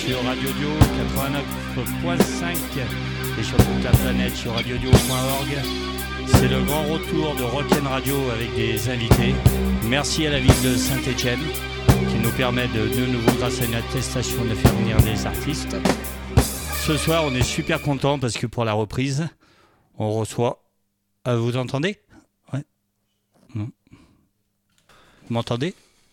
sur Radio Dio 89.5 et sur toute la planète sur radiodio.org. C'est le grand retour de Rock'n Radio avec des invités. Merci à la ville de Saint-Étienne qui nous permet de nouveau, grâce à une attestation, de faire venir des artistes. Ce soir, on est super contents parce que pour la reprise, on reçoit... vous entendez ? Ouais. Non. Vous m'entendez ?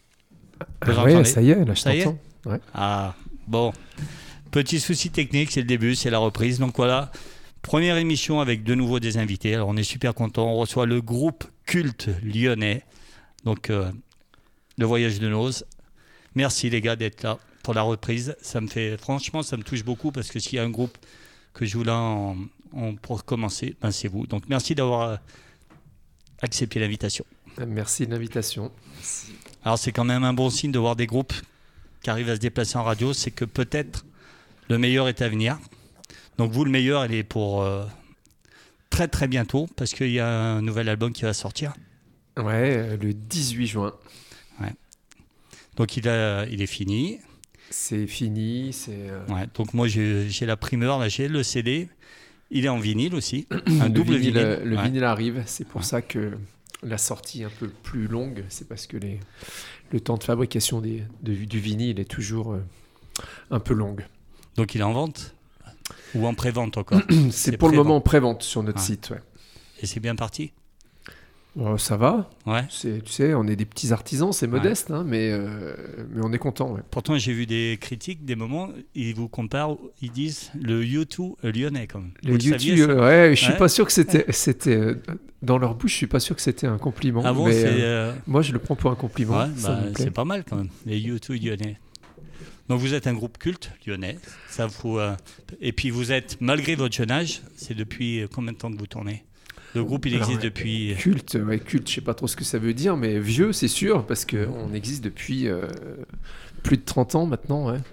Oui, ça y est, là je t'entends. Ouais. Ah, bon. Petit souci technique, c'est le début, c'est la reprise. Donc voilà, première émission avec de nouveau des invités. Alors on est super contents. On reçoit le groupe culte lyonnais. Donc le voyage de Noz. Merci les gars d'être là pour la reprise. Franchement, ça me touche beaucoup parce que s'il y a un groupe que je voulais pour commencer, c'est vous. Donc merci d'avoir accepté l'invitation. Merci de l'invitation. Merci. Alors c'est quand même un bon signe de voir des groupes qui arrivent à se déplacer en radio, c'est que peut-être le meilleur est à venir. Donc vous, le meilleur, il est pour très très bientôt, parce qu'il y a un nouvel album qui va sortir. Ouais, le 18 juin. Ouais. Donc il est fini. C'est fini, Ouais, donc moi j'ai la primeur, là, j'ai le CD. Il est en vinyle aussi, un double vinyle. Le vinyle arrive, c'est pour ça que la sortie est un peu plus longue, c'est parce que le temps de fabrication du vinyle est toujours un peu longue. Donc il est en vente ? Ou en pré-vente encore ? C'est pour le moment en pré-vente sur notre site. Ouais. Et c'est bien parti ? Ça va. Ouais. Tu sais, on est des petits artisans, c'est modeste, hein, mais on est content. Ouais. Pourtant, j'ai vu des critiques, des moments, ils vous comparent, ils disent le U2 lyonnais quand même. Le U2, ouais, je suis pas sûr que c'était dans leur bouche, je suis pas sûr que c'était un compliment. Ah bon, mais moi, je le prends pour un compliment. Ouais, c'est pas mal quand même, les U2 lyonnais. Donc vous êtes un groupe culte lyonnais, ça vous. Et puis vous êtes, malgré votre jeune âge, c'est depuis combien de temps que vous tournez ? Le groupe, il existe depuis... Culte, je sais pas trop ce que ça veut dire, mais vieux, c'est sûr, parce qu'on existe depuis plus de 30 ans maintenant, ouais.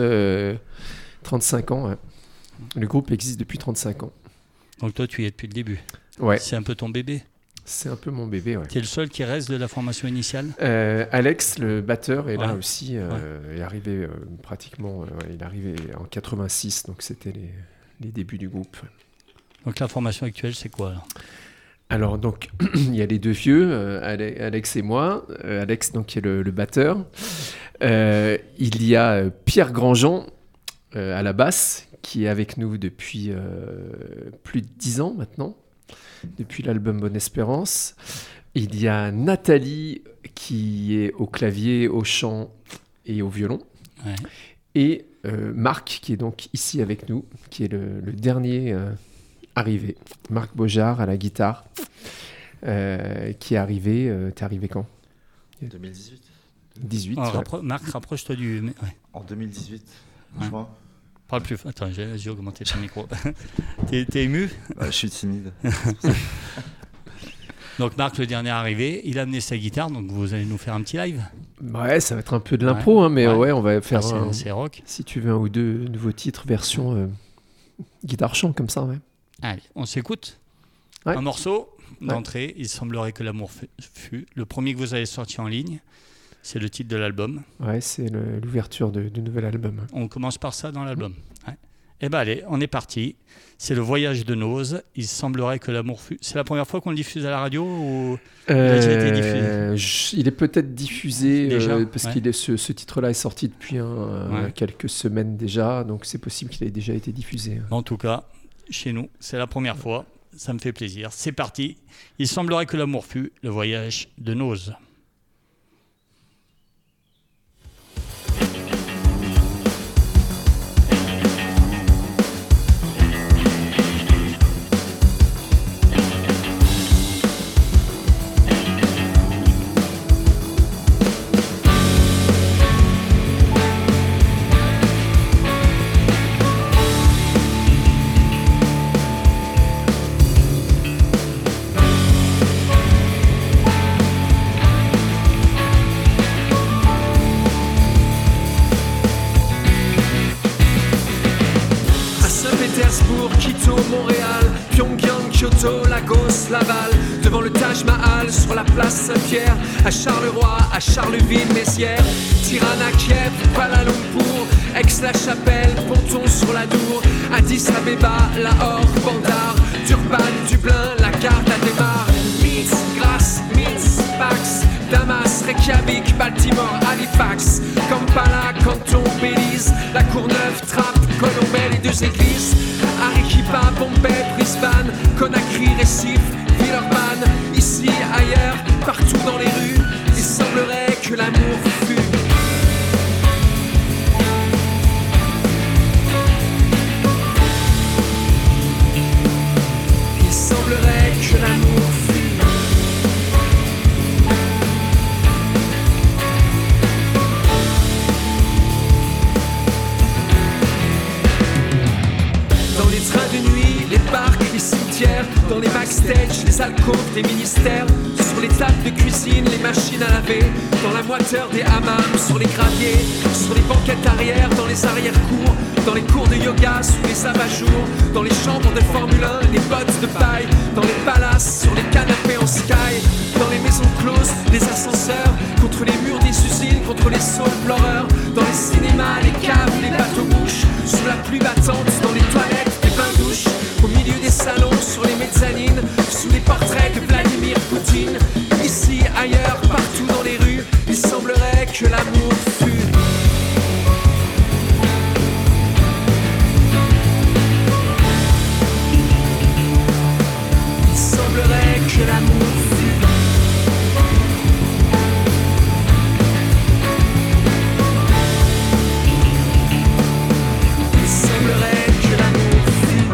35 ans. Ouais. Le groupe existe depuis 35 ans. Donc toi, tu y es depuis le début. Ouais. C'est un peu ton bébé. C'est un peu mon bébé, ouais. Tu es le seul qui reste de la formation initiale ? Alex, le batteur, est là aussi. Est arrivé pratiquement... il est arrivé en 86, donc c'était les débuts du groupe. Donc la formation actuelle, c'est quoi alors donc, il y a les deux vieux, Alex et moi. Alex, donc, qui est le batteur. Il y a Pierre Grandjean à la basse, qui est avec nous depuis plus de 10 ans maintenant, depuis l'album Bonne Espérance. Il y a Nathalie, qui est au clavier, au chant et au violon. Ouais. Et Marc, qui est donc ici avec nous, qui est le dernier... arrivé. Marc Beaujard à la guitare, qui est arrivé. T'es arrivé quand ? 2018. 18. Marc, rapproche-toi du. Ouais. En 2018, je crois. Parle plus. Attends, j'ai augmenté ton micro. T'es ému ? Je suis timide. Donc Marc, le dernier arrivé, il a amené sa guitare, donc vous allez nous faire un petit live. Ouais, ça va être un peu de l'impro, hein, mais on va faire. C'est rock. Si tu veux un ou deux nouveaux titres, version guitare-chant comme ça, ouais. Allez, on s'écoute. Un morceau d'entrée, Il semblerait que l'amour fût. Le premier que vous avez sorti en ligne, c'est le titre de l'album. Ouais, c'est l'ouverture du nouvel album. On commence par ça dans l'album. Ouais. Eh bien allez, on est parti. C'est le voyage de Noz. Il semblerait que l'amour fût. C'est la première fois qu'on le diffuse à la radio ou il a déjà été diffusé ? Il est peut-être diffusé déjà, parce que ce titre-là est sorti depuis quelques semaines déjà, donc c'est possible qu'il ait déjà été diffusé. En tout cas, chez nous, c'est la première fois, ça me fait plaisir. C'est parti, il semblerait que l'amour fût, le voyage de Noz. Quito, Montréal, Pyongyang, Kyoto, Lagos, Laval. De devant le Taj Mahal, sur la place Saint-Pierre, à Charleroi, à Charleville-Mézières, Tirana, Kiev, Kuala Lumpur, Aix-la-Chapelle, Ponton-sur-la-Dour, Addis Abeba, Lahore, Bandar, Durban, Dublin, la Garde à démarre, Minsk, Grasse, Minsk, Pax, Damas, Reykjavik, Baltimore, Halifax, Kampala, Canton, Belize, La Courneuve, Trappes, Colombey, les 2 églises, Arequipa, Bombay, Brisbane, Conakry, Recife, Villeurbanne, ici, ailleurs, partout dans les rues, il semblerait que l'amour fût. Il semblerait que l'amour fût. De nuit, les parcs, les cimetières, dans les backstage, les alcôves des ministères, sur les tables de cuisine, les machines à laver, dans la moiteur des hammams, sur les graviers, sur les banquettes arrière, dans les arrière-cours, dans les cours de yoga, sous les abat-jours, dans les chambres de Formule 1, les bottes de paille, dans les palaces, sur les canapés en sky, dans les maisons closes, les ascenseurs, contre les murs des usines, contre les soul pleureurs, dans les cinémas, les caves, les bateaux-bouches, sous la pluie battante, dans les toilettes, bains-douches, au milieu des salons, sur les mezzanines, sous les portraits de Vladimir Poutine, ici, ailleurs, partout dans les rues, il semblerait que l'amour fût. Il semblerait que l'amour fût. Il semblerait que l'amour fût.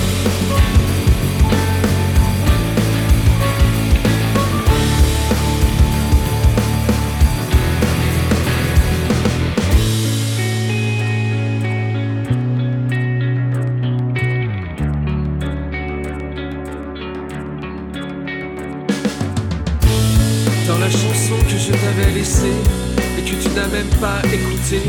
Dans la chanson que je t'avais laissée et que tu n'as même pas écoutée,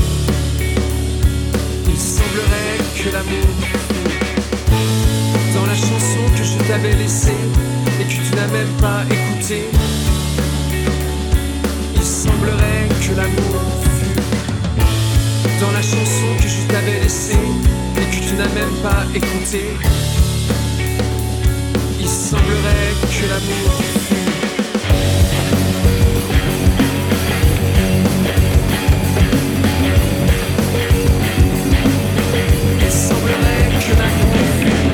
il semblerait que l'amour fût. Dans la chanson que je t'avais laissée et que tu n'as même pas écoutée, il semblerait que l'amour fût. Dans la chanson que je t'avais laissée et que tu n'as même pas écoutée, il semblerait que l'amour fût. Il semblerait que l'amour fût.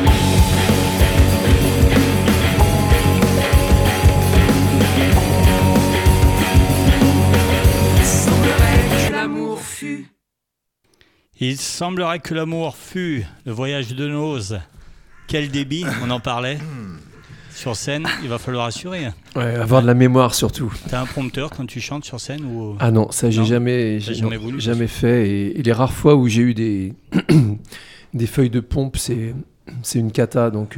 Il semblerait que l'amour fût. Il semblerait que l'amour fût. Le voyage de noces. Quel débit, on en parlait. Sur scène, il va falloir assurer. Ouais, avoir de la mémoire surtout. T'as un prompteur quand tu chantes sur scène ou... Ah non, ça j'ai jamais fait. Et les rares fois où j'ai eu des des feuilles de pompe, c'est une cata. Donc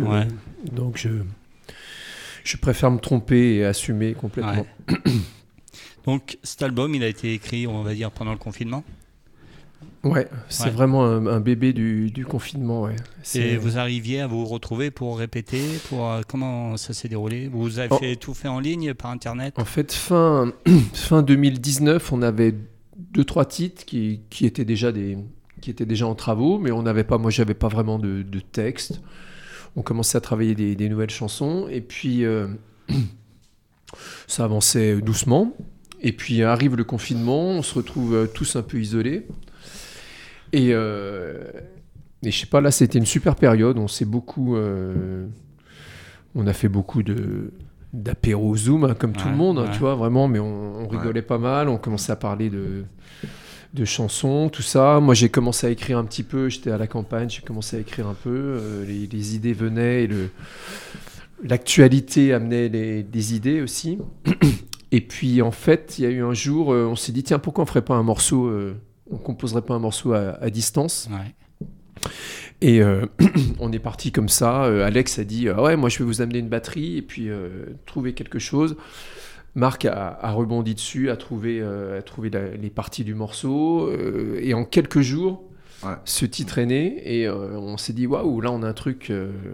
je préfère me tromper et assumer complètement. Ouais. Donc cet album, il a été écrit, on va dire, pendant le confinement. Ouais, c'est vraiment un bébé du confinement. Ouais. Et vous arriviez à vous retrouver pour répéter, comment ça s'est déroulé? Vous avez tout fait en ligne, par Internet? En fait, fin 2019, on avait 2-3 titres qui étaient déjà en travaux, mais moi j'avais pas vraiment de texte. On commençait à travailler des nouvelles chansons, et puis ça avançait doucement. Et puis arrive le confinement, on se retrouve tous un peu isolés. Et je sais pas, là c'était une super période, on a fait beaucoup d'apéros Zoom, comme tout le monde, tu vois, vraiment, mais on rigolait pas mal, on commençait à parler de chansons, tout ça. Moi j'ai commencé à écrire un petit peu, j'étais à la campagne, j'ai commencé à écrire un peu, les idées venaient, et l'actualité amenait des idées aussi. Et puis en fait, il y a eu un jour, on s'est dit, tiens, pourquoi on ferait pas un morceau... on composerait pas un morceau à distance. Ouais. Et on est parti comme ça. Alex a dit ouais, moi je vais vous amener une batterie et puis trouver quelque chose. Marc a rebondi dessus, a trouvé les parties du morceau, et en quelques jours ce titre est né, et on s'est dit waouh, là on a un truc.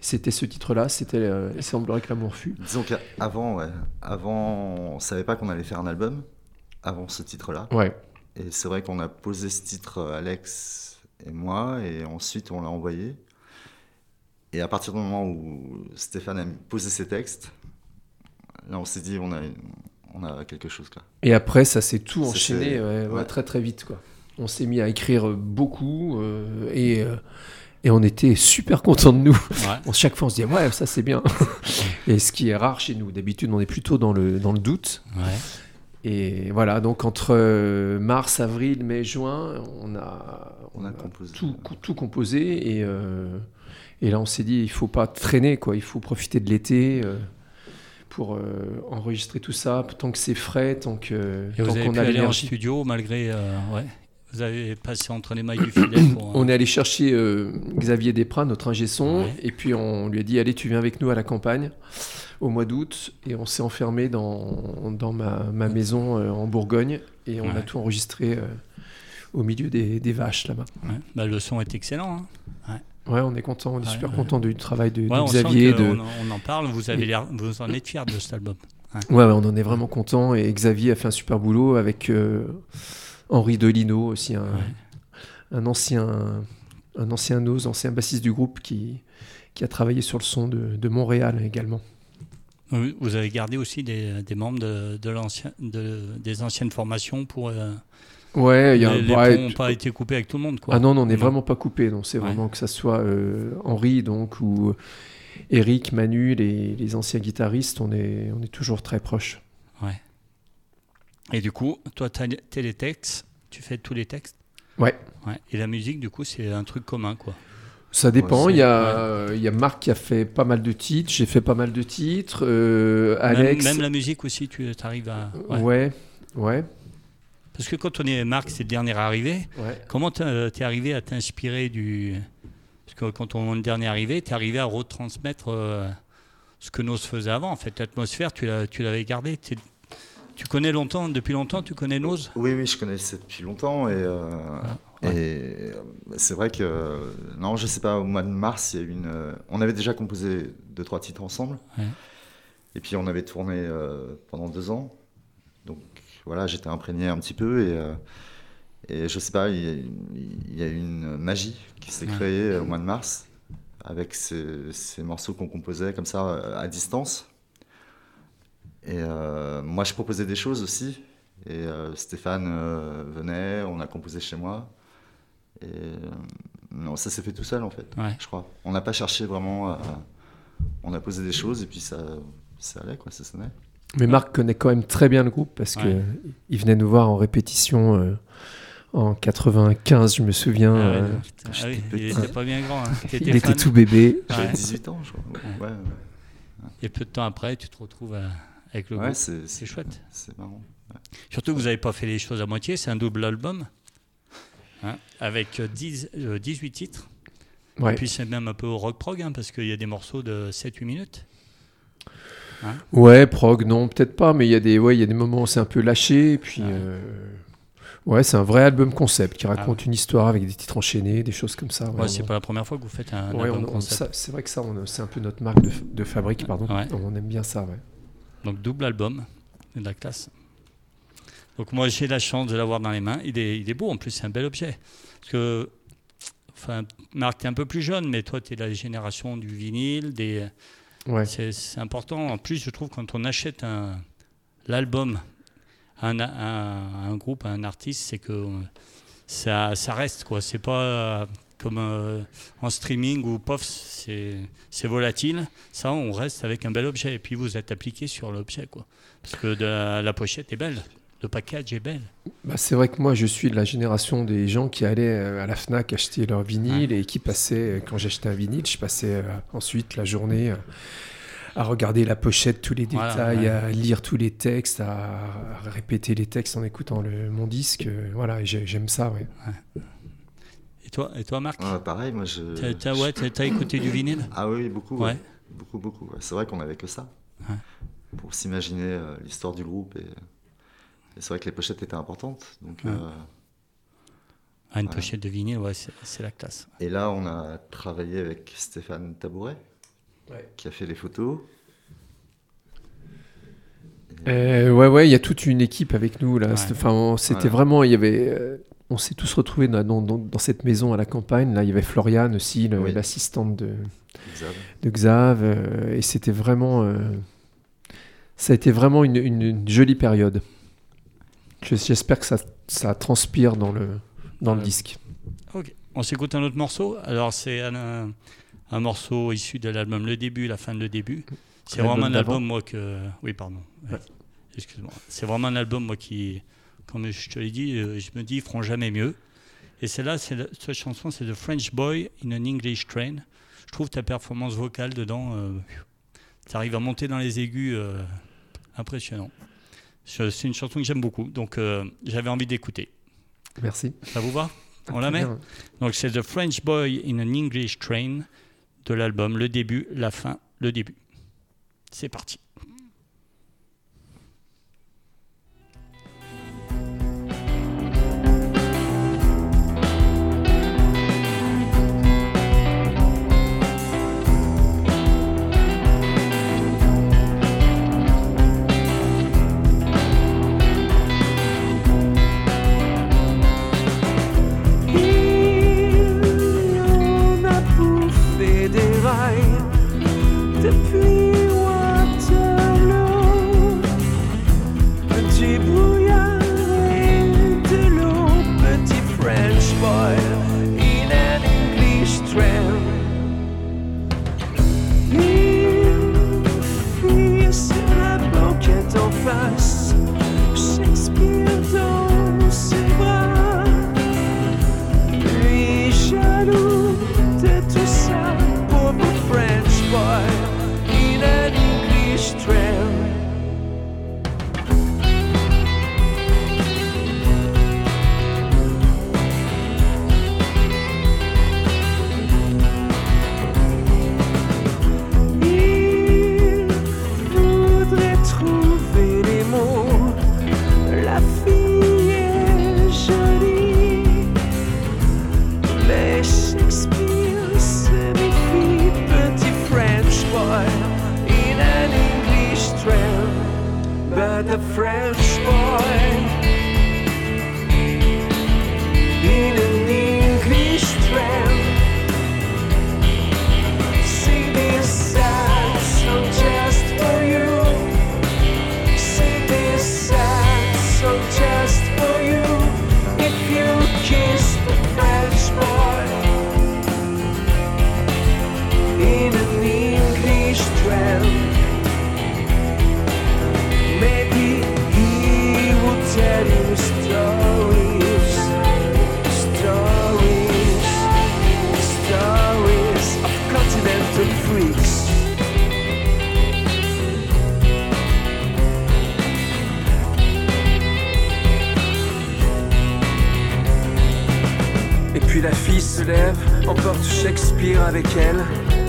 C'était ce titre-là, c'était Il semblerait que l'amour fût. Disons qu'avant, on savait pas qu'on allait faire un album, avant ce titre-là. Ouais. Et c'est vrai qu'on a posé ce titre, Alex et moi, et ensuite on l'a envoyé. Et à partir du moment où Stéphane a posé ses textes, là on s'est dit on a quelque chose là. Et après, ça s'est tout Ça, enchaîné ouais. très très vite, quoi. On s'est mis à écrire beaucoup et on était super contents de nous. Ouais. Chaque fois, on se disait ouais, ça c'est bien. Et ce qui est rare chez nous. D'habitude, on est plutôt dans le doute. Ouais. Et voilà, donc entre mars, avril, mai, juin, on a composé. tout composé. Et là, on s'est dit, il faut pas traîner, quoi. Il faut profiter de l'été pour enregistrer tout ça, tant que c'est frais, tant Et vous avez qu'on pu a aller en l'énergie. studio malgré... ouais. Vous avez passé entre les mailles du filet pour... On est allé chercher Xavier Desprats, notre ingé son, Ouais. et puis on lui a dit, allez, tu viens avec nous à la campagne au mois d'août, et on s'est enfermé dans ma maison en Bourgogne, et on a Ouais. tout enregistré au milieu des vaches là-bas. Ouais. Bah, le son est excellent. Hein. Ouais, on est content, on est Ouais, super ouais. content du travail de Ouais, on Xavier. sent on en parle, vous en êtes fiers de cet album. Ouais, on en est vraiment content, et Xavier a fait un super boulot avec Henri Delino aussi, un ancien Nose, ancien bassiste du groupe qui a travaillé sur le son de Montréal également. Vous avez gardé aussi des membres des anciennes formations pour... Ouais, il y a les ponts n'ont pas été coupés avec tout le monde, quoi. Ah non, on n'est vraiment pas coupé. Donc c'est vraiment que ça soit Henri donc ou Eric, Manu, les anciens guitaristes, on est toujours très proches. Ouais. Et du coup, toi, tu as les textes, tu fais tous les textes. Ouais. Et la musique, du coup, c'est un truc commun, quoi. Ça dépend. Ouais, il y a Marc qui a fait pas mal de titres. J'ai fait pas mal de titres. Alex. Même la musique aussi, tu arrives à... Ouais. Parce que quand on est Marc, c'est le dernier arrivé. Ouais. Comment t'es arrivé à t'inspirer du... Parce que quand on est le dernier arrivé, t'es arrivé à retransmettre ce que Nos faisait avant. En fait, l'atmosphère, tu l'avais gardée. Tu connais depuis longtemps, tu connais Nos ? Oui, je connaissais depuis longtemps et c'est vrai que non, je sais pas, au mois de mars, il y a eu on avait déjà composé 2-3 titres ensemble. Ouais. Et puis on avait tourné pendant 2 ans. Donc voilà, j'étais imprégné un petit peu et je sais pas, il y a eu une magie qui s'est créée au mois de mars avec ces morceaux qu'on composait comme ça à distance. Et moi, je proposais des choses aussi. Et Stéphane venait, on a composé chez moi. Et non, ça s'est fait tout seul en fait, je crois. On n'a pas cherché vraiment. On a posé des choses et puis ça allait, quoi, ça sonnait. Mais Marc connaît quand même très bien le groupe parce que il venait nous voir en répétition en 95, je me souviens. Il était pas bien grand. Hein. Il était tout bébé. J'avais 18 ans, je crois. Ouais. Et peu de temps après, tu te retrouves avec le groupe. C'est chouette. C'est marrant. Ouais. Surtout que vous n'avez pas fait les choses à moitié. C'est un double album avec 18 titres. Ouais. Et puis c'est même un peu rock prog parce qu'il y a des morceaux de 7-8 minutes. Ouais, prog, non, peut-être pas, mais il y a des moments où c'est un peu lâché. Et puis, c'est un vrai album concept qui raconte une histoire avec des titres enchaînés, des choses comme ça. C'est pas la première fois que vous faites un album concept. C'est vrai que ça, c'est un peu notre marque de fabrique, pardon. Ouais. On aime bien ça, ouais. Donc double album, de la classe. Donc moi j'ai la chance de l'avoir dans les mains. Il est beau, en plus c'est un bel objet. Parce que, Marc, t'es un peu plus jeune, mais toi t'es de la génération du vinyle, c'est important. En plus, je trouve quand on achète l'album à un groupe, à un artiste, c'est que ça reste, quoi. C'est pas comme en streaming où c'est volatile. Ça, on reste avec un bel objet. Et puis vous êtes appliqué sur l'objet, quoi. Parce que la pochette est belle. Le package est belle. C'est vrai que moi, je suis de la génération des gens qui allaient à la FNAC acheter leur vinyle et qui passaient, quand j'achetais un vinyle, je passais ensuite la journée à regarder la pochette, tous les détails, à lire tous les textes, à répéter les textes en écoutant mon disque. Voilà, et j'aime ça, ouais. Et toi, Marc ? Pareil, moi je... T'as écouté du vinyle ? Ah oui, beaucoup. Ouais. Beaucoup. Ouais. C'est vrai qu'on n'avait que ça pour s'imaginer l'histoire du groupe et c'est vrai que les pochettes étaient importantes. Donc, une pochette de vinyle, c'est la classe. Et là, on a travaillé avec Stéphane Tabouret, qui a fait les photos. Ouais, il y a toute une équipe avec nous là. Ouais. C'était vraiment, il y avait, on s'est tous retrouvés dans cette maison à la campagne. Là, il y avait Floriane aussi, l'assistante de Xav, et c'était vraiment, ça a été vraiment une jolie période. J'espère que ça transpire dans le disque. Ok, on s'écoute un autre morceau. Alors c'est un morceau issu de l'album Le Début, la fin de Le Début. C'est vraiment un album, moi, que... Oui, pardon. Ouais. Excuse-moi. C'est vraiment un album, moi, qui, comme je te l'ai dit, je me dis, ils feront jamais mieux. Et celle-là, cette chanson, c'est The French Boy in an English Train. Je trouve ta performance vocale dedans, tu arrives à monter dans les aigus, impressionnant. C'est une chanson que j'aime beaucoup, donc j'avais envie d'écouter. Merci. Ça vous va ? On la met ? Donc c'est The French Boy in an English Train de l'album Le Début, la fin, le début. C'est parti. Emporte Shakespeare avec elle.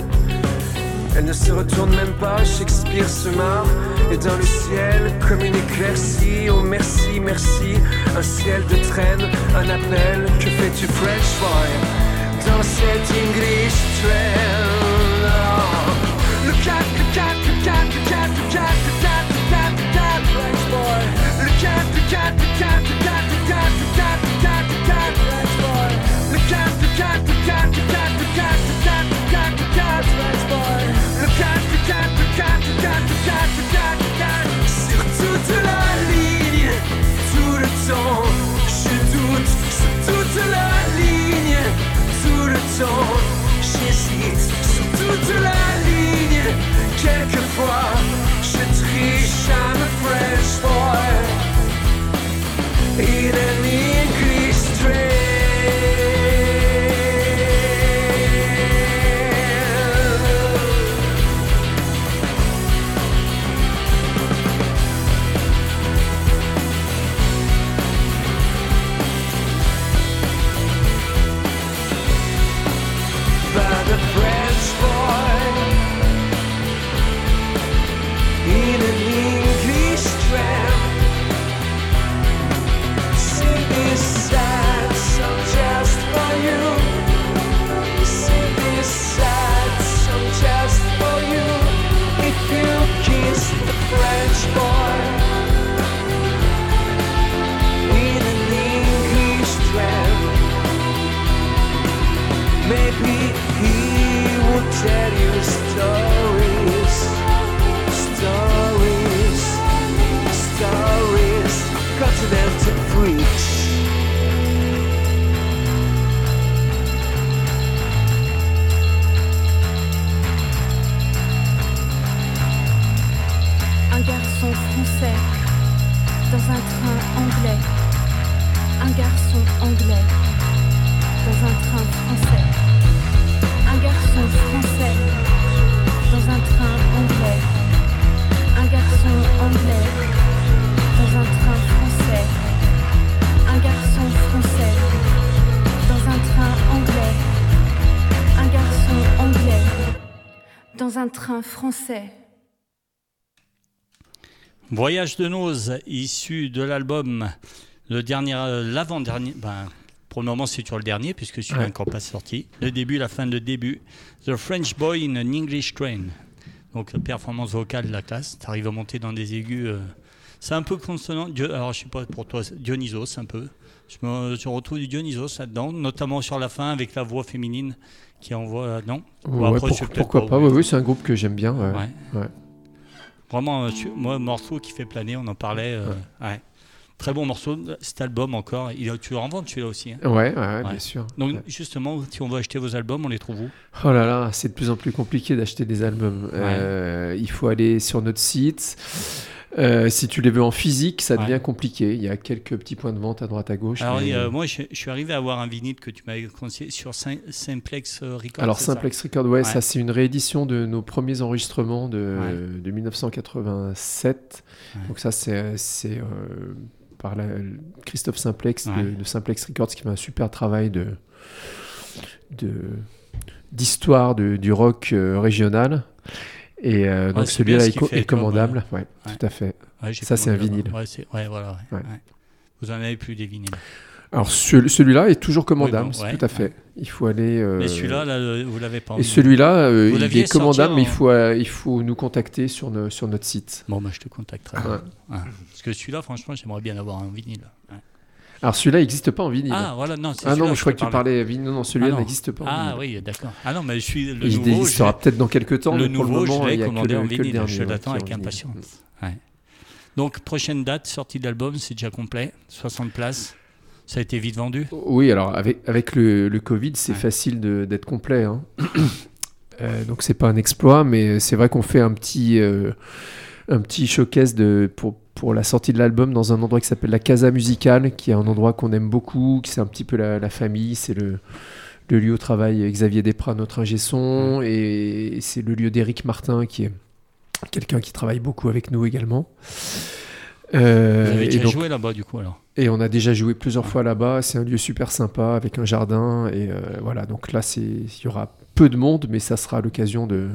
Elle ne se retourne même pas, Shakespeare se marre. Et dans le ciel, comme une éclaircie, oh merci, merci, un ciel de traîne, un appel, que fais-tu French boy dans cet English train? Oh. Look at, look at, look at, look at, look at, look at, look at, look at, French boy. Look at, look at, look at, look at, look at, look at, look at, look at, French boy. Look at, look at, look at, look at, look at, look at, look at, look at, French boy. Look at, look at, look at, look at, look at, look at, look at. Sur toute la ligne, tout le temps, je doute. Sur toute la ligne, tout le temps, j'hésite. Sur toute la ligne, quelquefois, je triche à me French boy. anglais. Un garçon anglais dans un train français. Un garçon français dans un train anglais. Un garçon anglais dans un train français. Un garçon français dans un train anglais. Un garçon anglais dans un train français. Voyage de noces, issu de l'album, l'avant-dernier, pour le moment c'est sur le dernier, puisque celui-là n'est encore pas sorti. Le début, la fin, le début. The French Boy in an English Train. Donc, performance vocale de la classe. Tu arrives à monter dans des aigus. C'est un peu consonant. Alors, je ne sais pas pour toi, Dionysos, un peu. Je retrouve du Dionysos là-dedans, notamment sur la fin avec la voix féminine qui envoie. Non ouais, pourquoi pas, oui, c'est un groupe que j'aime bien. Ouais. Vraiment, moi, morceau qui fait planer, on en parlait. Ouais. Très bon morceau, cet album encore. Tu en vends celui-là aussi. Hein. Ouais, bien sûr. Donc, justement, si on veut acheter vos albums, on les trouve où ? Oh là là, c'est de plus en plus compliqué d'acheter des albums. Il faut aller sur notre site. Si tu les veux en physique, ça devient compliqué. Il y a quelques petits points de vente à droite à gauche. Alors, moi, je suis arrivé à avoir un vinyle que tu m'avais conseillé sur Simplex Records. Alors, Simplex Records, ça, c'est une réédition de nos premiers enregistrements de 1987. Donc, ça, c'est par Christophe Simplex de Simplex Records qui fait un super travail d'histoire du rock régional. Et donc celui-là est commandable, tout à fait. Ça c'est un vinyle. Voilà. Vous en avez plus des vinyles. Alors celui-là est toujours commandable, tout à fait. Il faut aller. Mais celui-là, là, vous l'avez pas. Et celui-là, il est commandable, mais il faut nous contacter sur notre site. Bon, je te contacterai. Parce que celui-là, franchement, j'aimerais bien avoir un vinyle. Alors celui-là n'existe pas en vinyle. Ah voilà, non, c'est non, je crois que tu parlais vinyle. Non, celui-là n'existe pas en vinyle. Ah oui, d'accord. Ah non, mais il existera peut-être dans quelques temps. Le mais pour nouveau, le moment, je l'ai il y a commandé en que le vinyle. dernier. Je l'attends avec impatience. Donc prochaine date, sortie d'album, c'est déjà complet, 60 places. Ça a été vite vendu. Oui, alors avec le Covid, c'est facile d'être complet. Hein. Donc c'est pas un exploit, mais c'est vrai qu'on fait un petit showcase pour la sortie de l'album dans un endroit qui s'appelle la Casa Musicale, qui est un endroit qu'on aime beaucoup, qui c'est un petit peu la famille, c'est le lieu où travaille Xavier Desprats, notre ingé son, et c'est le lieu d'Éric Martin, qui est quelqu'un qui travaille beaucoup avec nous également. Vous avez déjà joué là-bas du coup alors ? Et on a déjà joué plusieurs fois là-bas, c'est un lieu super sympa avec un jardin, et voilà, donc là il y aura peu de monde, mais ça sera l'occasion de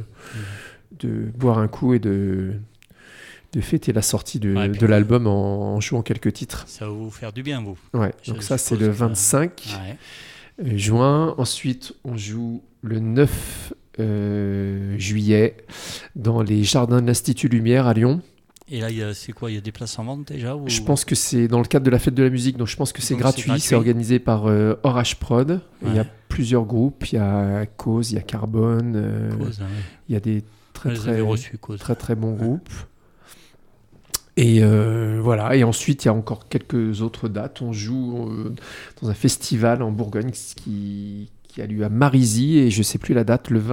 boire un coup et de fêter la sortie de l'album en jouant quelques titres. Ça va vous faire du bien, vous. Ouais, donc ça c'est le 25 juin. Ensuite, on joue le 9 juillet dans les jardins de l'Institut Lumière à Lyon. Et là, c'est quoi ? Il y a des places en vente déjà ou... Je pense que c'est dans le cadre de la fête de la musique, donc je pense que c'est gratuit. C'est organisé par Orage Prod. Il y a plusieurs groupes. Il y a Cause, il y a Carbone. Il y a des très bons groupes. Et voilà. Et ensuite, il y a encore quelques autres dates. On joue dans un festival en Bourgogne qui a lieu à Marizy, et je ne sais plus la date, le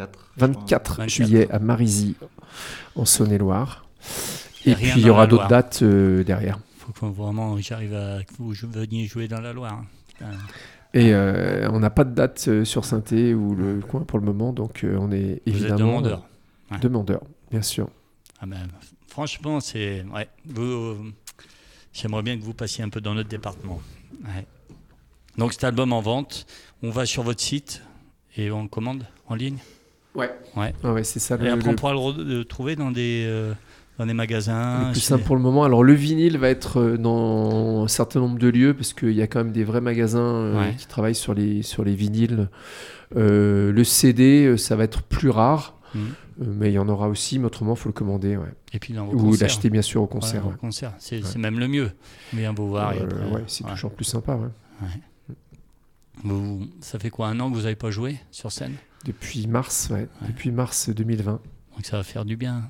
24 juillet à Marizy, en Saône-et-Loire. Et puis, il y aura d'autres dates derrière. Il faut que vraiment j'arrive à que vous veniez jouer dans la Loire. Et on n'a pas de date sur Saint-Étienne ou le coin pour le moment, donc on est évidemment demandeur, bien sûr. Ah ben, franchement, j'aimerais bien que vous passiez un peu dans notre département. Ouais. Donc cet album en vente, on va sur votre site et on commande en ligne. Ouais, c'est ça. Et après on pourra le trouver dans des magasins. Le plus simple pour le moment. Alors le vinyle va être dans un certain nombre de lieux parce qu'il y a quand même des vrais magasins qui travaillent sur les vinyles. Le CD, ça va être plus rare. Mais il y en aura aussi, mais autrement, il faut le commander. Et puis ou l'acheter, bien sûr, au concert. Au concert. C'est même le mieux. Viens vous voir. C'est toujours plus sympa. Ça fait quoi, 1 an que vous n'avez pas joué sur scène ? Depuis mars, depuis mars 2020. Donc ça va faire du bien.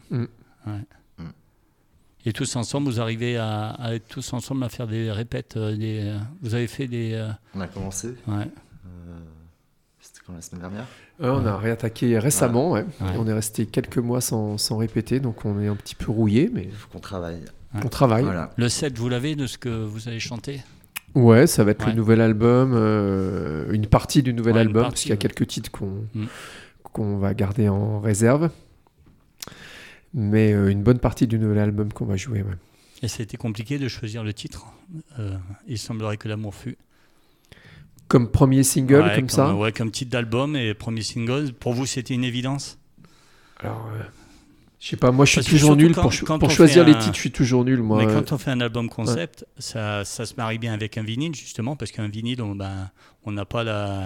Et tous ensemble, vous arrivez à être tous ensemble à faire des répètes. Vous avez fait des... On a commencé. C'était quand, la semaine dernière ? On a réattaqué récemment. On est resté quelques mois sans répéter, donc on est un petit peu rouillé. Mais... Il faut qu'on travaille. On travaille. Voilà. Le 7, vous l'avez de ce que vous allez chanter? Ouais, ça va être Ouais. le nouvel album, une partie du nouvel Ouais, une album, partie, parce qu'il y a ouais. quelques titres Mm. qu'on va garder en réserve. Mais une bonne partie du nouvel album qu'on va jouer. Ouais. Et c'était compliqué de choisir le titre. Il semblerait que l'amour fut. Comme premier single, Ouais, comme ça. Ouais, comme titre d'album et premier single. Pour vous, c'était une évidence? Alors, je sais pas, moi je suis Parce que toujours surtout nul quand pour on choisir fait les un- titres, je suis toujours nul moi. Mais quand on fait un album concept, ça se marie bien avec un vinyle, justement, parce qu'un vinyle, on n'a pas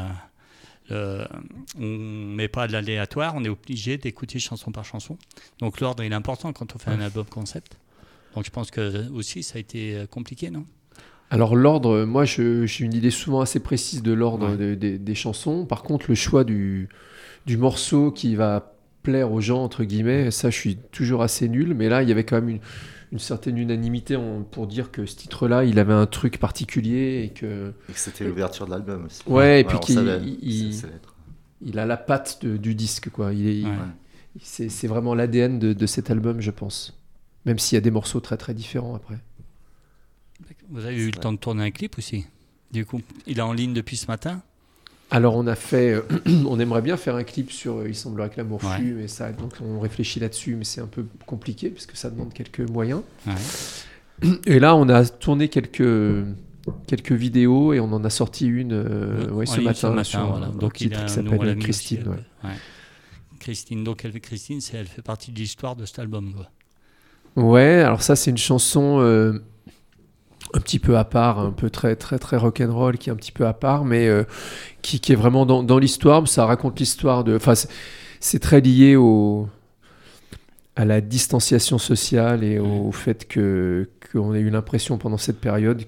on met pas de l'aléatoire, on est obligé d'écouter chanson par chanson. Donc l'ordre il est important quand on fait un album concept. Donc je pense que aussi ça a été compliqué, non? Alors l'ordre, moi j'ai une idée souvent assez précise de l'ordre Ouais. des chansons. Par contre, le choix du morceau qui va plaire aux gens, entre guillemets, ça je suis toujours assez nul. Mais là, il y avait quand même une certaine unanimité pour dire que ce titre-là, il avait un truc particulier et que... Et que c'était l'ouverture de l'album aussi. Ouais, et puis on qu'il savait, il- c'est lettre. il a la patte du disque, quoi. Ouais. C'est vraiment l'ADN de cet album, je pense. Même s'il y a des morceaux très très différents après. Vous avez eu le temps de tourner un clip aussi? Du coup, il est en ligne depuis ce matin? Alors on a fait, on aimerait bien faire un clip sur Il semblerait que l'amour Ouais. fût, mais ça, donc on réfléchit là-dessus, mais c'est un peu compliqué parce que ça demande quelques moyens. Ouais. Et là, on a tourné quelques vidéos et on en a sorti une En ce ligne matin. sur voilà. un Donc titre qui nous, on l'a s'appelle mis Christine. aussi, Ouais. ouais. Christine, donc Christine, elle fait partie de l'histoire de cet album, quoi. Ouais, alors ça c'est une chanson un petit peu à part, un peu très très très rock'n'roll, qui est un petit peu à part, mais qui est vraiment dans l'histoire. Ça raconte l'histoire de... Enfin, c'est très lié à la distanciation sociale et au fait qu'on a eu l'impression pendant cette période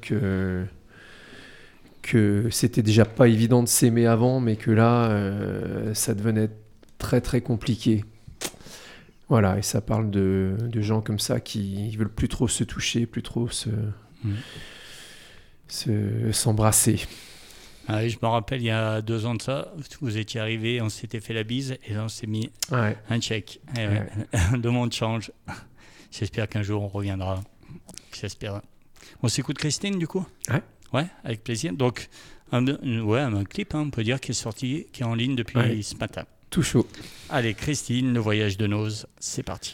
que c'était déjà pas évident de s'aimer avant, mais que là, ça devenait très très compliqué. Voilà, et ça parle de gens comme ça qui veulent plus trop se toucher, plus trop s'embrasser. Ah oui, je me rappelle, il y a 2 ans de ça, vous étiez arrivé, on s'était fait la bise et là on s'est mis Ouais. un check. Eh ouais. Le monde change. J'espère qu'un jour on reviendra. J'espère. On s'écoute Christine du coup? Ouais. Ouais, avec plaisir. Donc, un clip, hein, on peut dire, qui est sorti, qui est en ligne depuis ce matin. Tout chaud. Allez, Christine, le voyage de noces, c'est parti.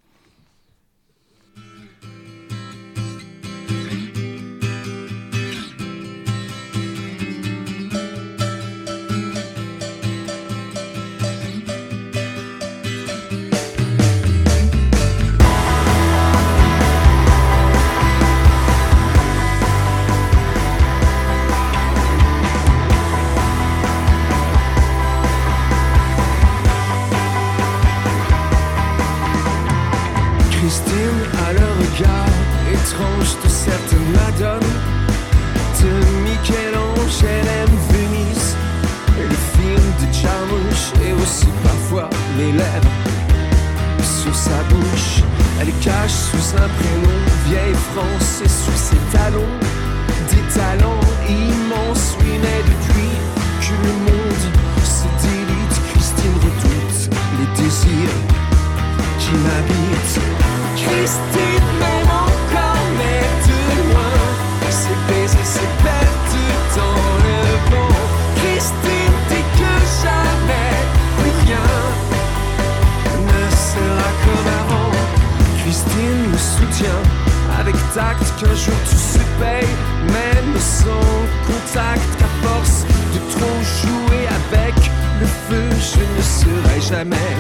Christine a le regard étrange de certaines madones. De Michel-Ange, elle aime Venise et les films de Jarmusch et aussi parfois les lèvres sur sa bouche. Elle cache sous un prénom vieille France et sous ses talons des talents immenses. Oui, mais depuis que le monde se délite, Christine redoute les désirs qui m'habite. Christine m'aime encore, mais de loin. C'est baiser, c'est perdre dans le vent. Christine dit que jamais plus rien ne sera comme avant. Christine me soutient avec tact qu'un jour tout se paye, même sans contact. Qu'à force de trop jouer avec le feu, je ne serai jamais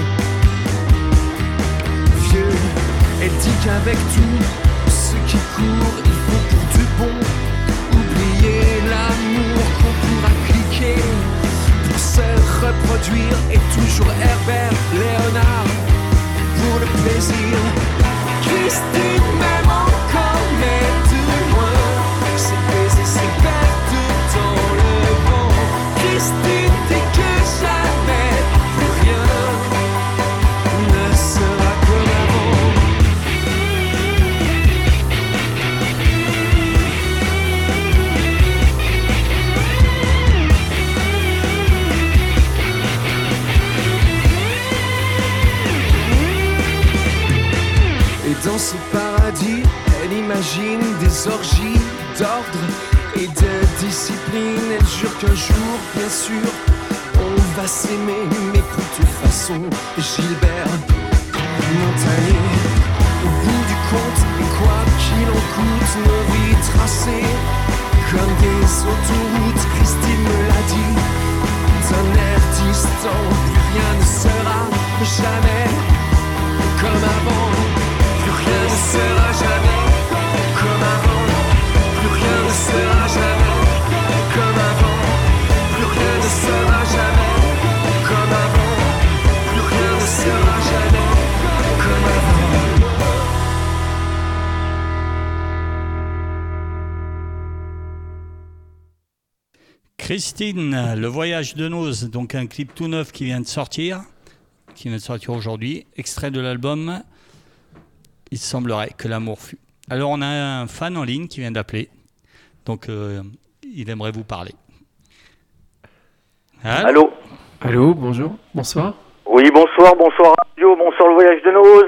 vieux. Elle dit qu'avec tout ce qui court, il faut pour du bon oublier l'amour qu'on pourra cliquer pour se reproduire. Et toujours Herbert Léonard pour le plaisir. Christine m'aime encore, mais de loin. C'est baiser, c'est perdre dans le vent. Christine dit que jamais plus rien ne sera comme avant. d'ordre et de discipline. Elle jure qu'un jour, bien sûr, on va s'aimer, mais pour toute façon, Gilbert Montagnier. Au bout du compte, et quoi qu'il en coûte, nos vies tracées comme des autoroutes, Christine me l'a dit. D'un air distant, plus rien ne sera jamais comme avant. Plus rien ne sera jamais comme avant. Plus rien ne sera jamais comme avant. Plus rien ne sera jamais comme avant. Plus rien ne sera jamais comme avant. Christine, Le Voyage de Noz, donc un clip tout neuf qui vient de sortir aujourd'hui, extrait de l'album Il semblerait que l'amour fût. Alors on a un fan en ligne qui vient d'appeler, donc il aimerait vous parler. Allô ? Allô, bonjour, bonsoir. Oui, bonsoir Radio, bonsoir Le Voyage de Noz.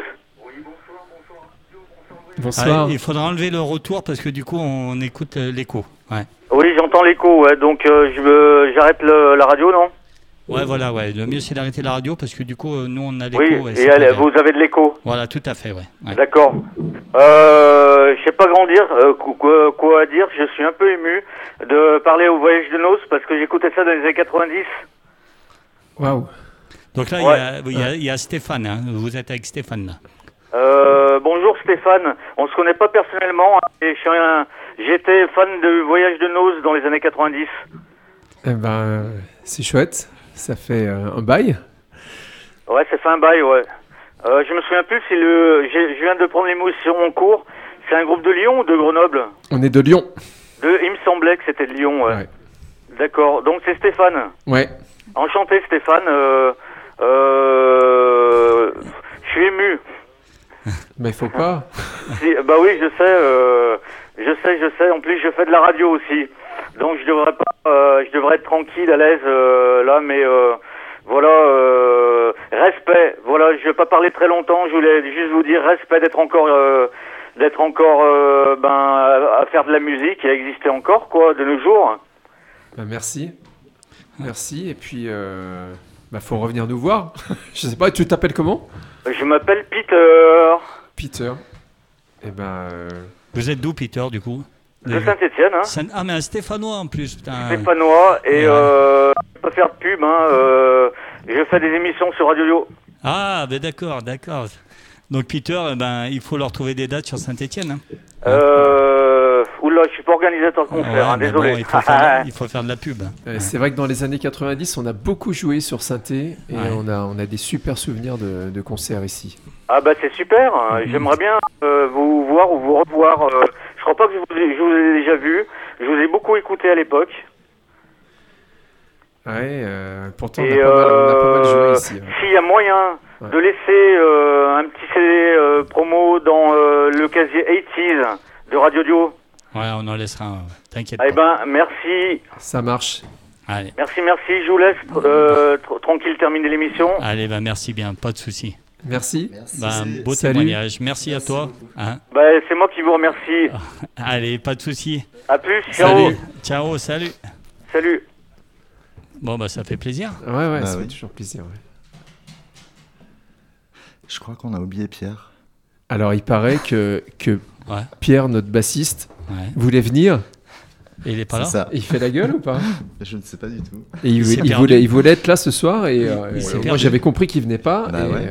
Bonsoir. Il faudra enlever le retour parce que du coup on écoute l'écho. Ouais. Oui, j'entends l'écho, ouais, donc j'arrête la radio, non ? Ouais, voilà, ouais. Le mieux c'est d'arrêter la radio parce que du coup nous on a l'écho. Oui, et vous avez de l'écho. Voilà, tout à fait, ouais. D'accord. Je sais pas quoi dire, je suis un peu ému de parler au Voyage de Noz parce que j'écoutais ça dans les années 90. Waouh. Donc là, il y a Stéphane, hein. Vous êtes avec Stéphane là. Bonjour Stéphane, on se connaît pas personnellement, et j'étais fan du Voyage de Noz dans les années 90. Eh ben, c'est chouette, ça fait un bail. Ouais, ça fait un bail, ouais. Je me souviens plus si je viens de prendre l'émotion en cours. C'est un groupe de Lyon ou de Grenoble ? On est de Lyon. Il me semblait que c'était de Lyon, ouais. D'accord, donc c'est Stéphane. Ouais. Enchanté Stéphane. Je suis ému. Mais il faut pas. Bah oui, je sais. En plus, je fais de la radio aussi. Donc je devrais être tranquille, à l'aise là, mais voilà, respect. Voilà, je vais pas parler très longtemps. Je voulais juste vous dire respect d'être encore à faire de la musique et à exister encore quoi de nos jours. Bah, merci. Et puis faut revenir nous voir. Je sais pas, tu t'appelles comment ? Je m'appelle Peter. Peter. Et Vous êtes d'où, Peter, du coup ? De Saint-Étienne, hein. Ah, mais un Stéphanois en plus, putain. Stéphanois, et je peux pas faire de pub, hein. Je fais des émissions sur Radio Dio. Ah, ben d'accord. Donc Peter, il faut leur trouver des dates sur Saint-Étienne. Hein. Oula, je suis pas organisateur de concert, désolé. Bon, il faut faire de la pub. C'est vrai que dans les années 90, on a beaucoup joué sur Saint-É et on a des super souvenirs de concerts ici. Ah bah c'est super, j'aimerais bien vous voir ou vous revoir. Je crois pas que je vous ai déjà vu, je vous ai beaucoup écouté à l'époque. Ouais, pourtant on a pas mal joué ici. Ouais. S'il y a moyen de laisser un petit CD promo dans le casier 80s de Radio Dio. Ouais, on en laissera un, t'inquiète pas. Eh ben, merci. Ça marche. Allez. Merci, je vous laisse tranquille terminer l'émission. Allez, merci bien, pas de souci. Merci. Beau témoignage. Merci à toi. Hein. C'est moi qui vous remercie. Allez, pas de souci. À plus, ciao. Salut. Salut. Bon, ça fait plaisir. Ouais, ça fait toujours plaisir. Ouais. Je crois qu'on a oublié Pierre. Alors, il paraît que Pierre, notre bassiste, voulait venir. Et il est pas là. Ça. Il fait la gueule ou pas ? Je ne sais pas du tout. Et il voulait être là ce soir et moi j'avais compris qu'il venait pas.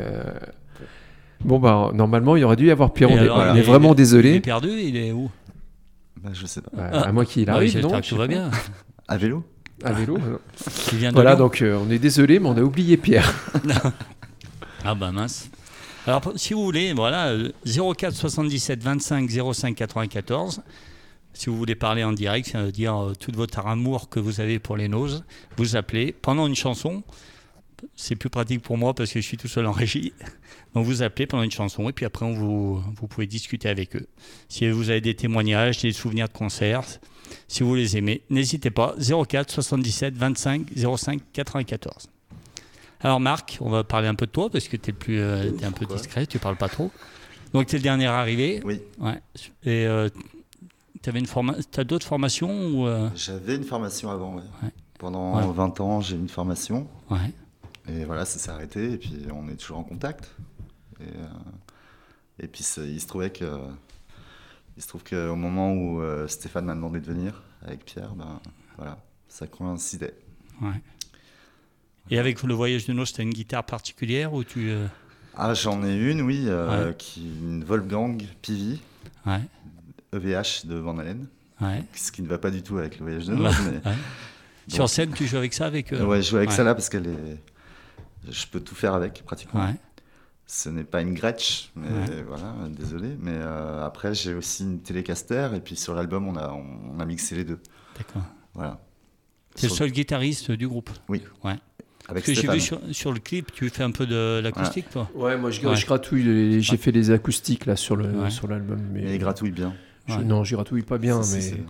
Normalement il aurait dû y avoir Pierre. On est vraiment désolé. Il est perdu, il est où ? Je sais pas. À moins qu'il arrive. Oui, j'espère que tout va bien. À vélo. Voilà, donc on est désolé, mais on a oublié Pierre. Ah mince. Alors si vous voulez, voilà, 04 77 25 05 94. Si vous voulez parler en direct, c'est-à-dire tout votre amour que vous avez pour les Noz, vous appelez pendant une chanson. C'est plus pratique pour moi parce que je suis tout seul en régie. Donc vous appelez pendant une chanson et puis après vous pouvez discuter avec eux. Si vous avez des témoignages, des souvenirs de concerts, si vous les aimez, n'hésitez pas. 04 77 25 05 94. Alors Marc, on va parler un peu de toi parce que t'es un peu discret, tu parles pas trop. Donc t'es le dernier arrivé. Oui. Ouais. Et t'as d'autres formations ou J'avais une formation avant, ouais. Ouais. Pendant 20 ans, j'ai eu une formation. Ouais. Et voilà, ça s'est arrêté. Et puis, on est toujours en contact. Et puis, il se trouve qu'au moment où Stéphane m'a demandé de venir avec Pierre, ben, voilà, ça coïncidait. Ouais. Et avec le voyage de noces, tu as une guitare particulière ou tu... Ah, j'en ai une, oui, une Wolfgang Peavy, Ouais. EVH de Van Halen, Ouais. ce qui ne va pas du tout avec le voyage de noces. Ouais. Sur scène, tu joues avec ça avec Ouais, je joue avec celle-là parce je peux tout faire avec, pratiquement. Ouais. Ce n'est pas une Gretsch, mais voilà, désolé. Mais après, j'ai aussi une Telecaster, et puis sur l'album, on a mixé les deux. D'accord. Voilà. C'est le seul guitariste du groupe. Oui. Ouais. Avec Parce que j'ai Stéphane. vu sur le clip, tu fais un peu de l'acoustique, toi. Ouais, moi je gratouille. J'ai fait des acoustiques là sur l'album. Mais il gratouille bien. Non, je gratouille pas bien, Si, mais. si,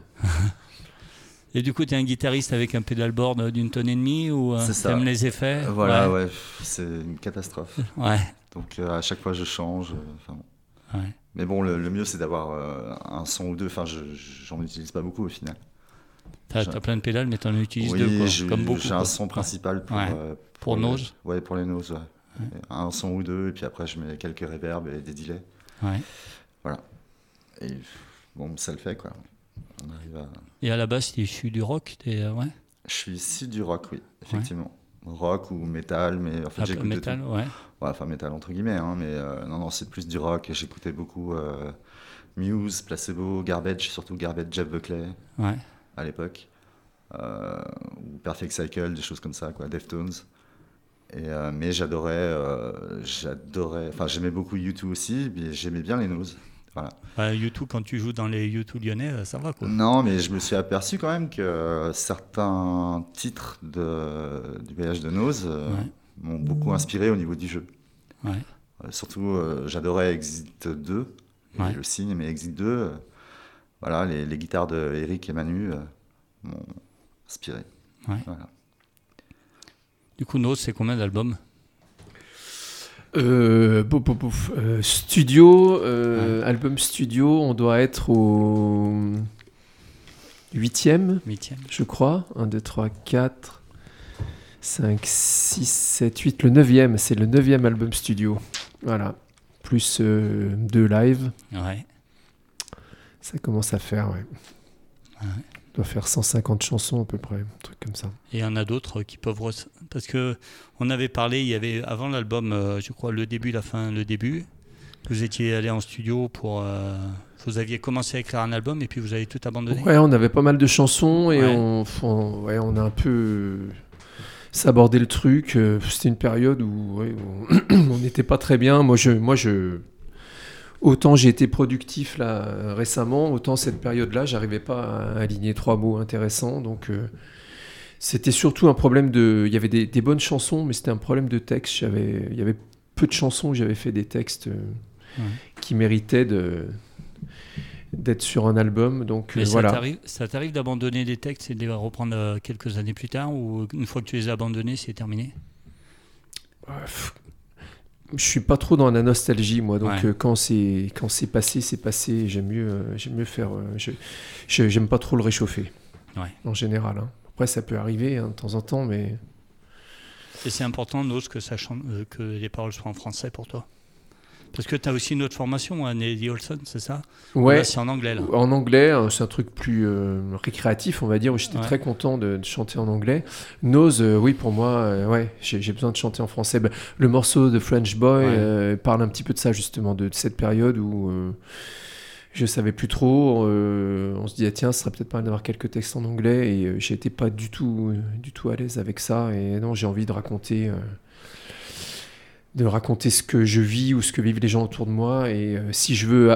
Et du coup, tu es un guitariste avec un pédalboard d'une tonne et demie ou t'aimes les effets? Voilà, ouais. C'est une catastrophe. Ouais. Donc à chaque fois, je change. Ouais. Mais bon, le mieux, c'est d'avoir un son ou deux. Enfin, j'en utilise pas beaucoup au final. T'as plein de pédales, mais t'en utilises deux, quoi, comme beaucoup. J'ai un son principal pour nose. Ouais, pour les noses, ouais. Un son ou deux, et puis après, je mets quelques reverbs et des delays. Ouais. Voilà. Et bon, ça le fait, quoi. On arrive à... Et à la base, tu es issu du rock, Je suis issu du rock, oui, effectivement. Rock ou métal, mais en fait, j'écoute métal, de tout. Ouais. Ouais, enfin, métal entre guillemets, hein, mais non, c'est plus du rock. J'écoutais beaucoup Muse, Placebo, Garbage, surtout Garbage, Jeff Buckley. Ouais. À l'époque, ou Perfect Cycle, des choses comme ça, quoi, Deftones. Mais j'adorais, enfin j'aimais beaucoup U2 aussi, mais j'aimais bien les Nose. Voilà. U2, quand tu joues dans les U2 lyonnais, ça va, quoi. Non, mais je me suis aperçu quand même que certains titres du voyage de Nose m'ont beaucoup inspiré au niveau du jeu. Ouais. Surtout, j'adorais Exit 2, et le signe, mais Exit 2, voilà, les guitares de Eric et Manu m'ont inspiré. Ouais. Voilà. Du coup, Nose, c'est combien d'albums? Studio, album studio, on doit être au 8e, je crois. 1, 2, 3, 4, 5, 6, 7, 8, le 9e, c'est le 9e album studio. Voilà. Plus 2 live. Ouais. Ça commence à faire, ouais. On doit faire 150 chansons à peu près, un truc comme ça. Et il y en a d'autres qui peuvent... Parce qu'on avait parlé, il y avait avant l'album, je crois, le début, la fin, le début. Vous étiez allé en studio pour... vous aviez commencé à écrire un album et puis vous avez tout abandonné. Ouais, on avait pas mal de chansons et on a un peu sabordé le truc. C'était une période où on n'était pas très bien. Moi, autant j'ai été productif là récemment, autant cette période-là, j'arrivais pas à aligner 3 mots intéressants. Donc c'était surtout un problème de... Il y avait des bonnes chansons, mais c'était un problème de texte. Il y avait peu de chansons où j'avais fait des textes qui méritaient d'être sur un album. Donc mais voilà. Ça t'arrive d'abandonner des textes et de les reprendre quelques années plus tard, ou une fois que tu les as abandonnés, c'est terminé? Je suis pas trop dans la nostalgie, moi. Donc quand c'est passé, c'est passé. J'aime mieux faire. J'aime pas trop le réchauffer. Ouais. En général. Hein. Après, ça peut arriver de temps en temps, mais. Et c'est important, Nose, que les paroles soient en français pour toi. Parce que tu as aussi une autre formation, Nelly Olson, c'est ça? Ouais. Là, c'est en anglais, là. En anglais, c'est un truc plus récréatif, on va dire. J'étais très content de chanter en anglais. Nose, oui, pour moi, j'ai besoin de chanter en français. Le morceau de French Boy parle un petit peu de ça, justement, de cette période où je savais plus trop. On se dit, tiens, ce serait peut-être pas mal d'avoir quelques textes en anglais. Et j'étais pas du tout à l'aise avec ça. Et non, j'ai envie de raconter ce que je vis ou ce que vivent les gens autour de moi. Et si je veux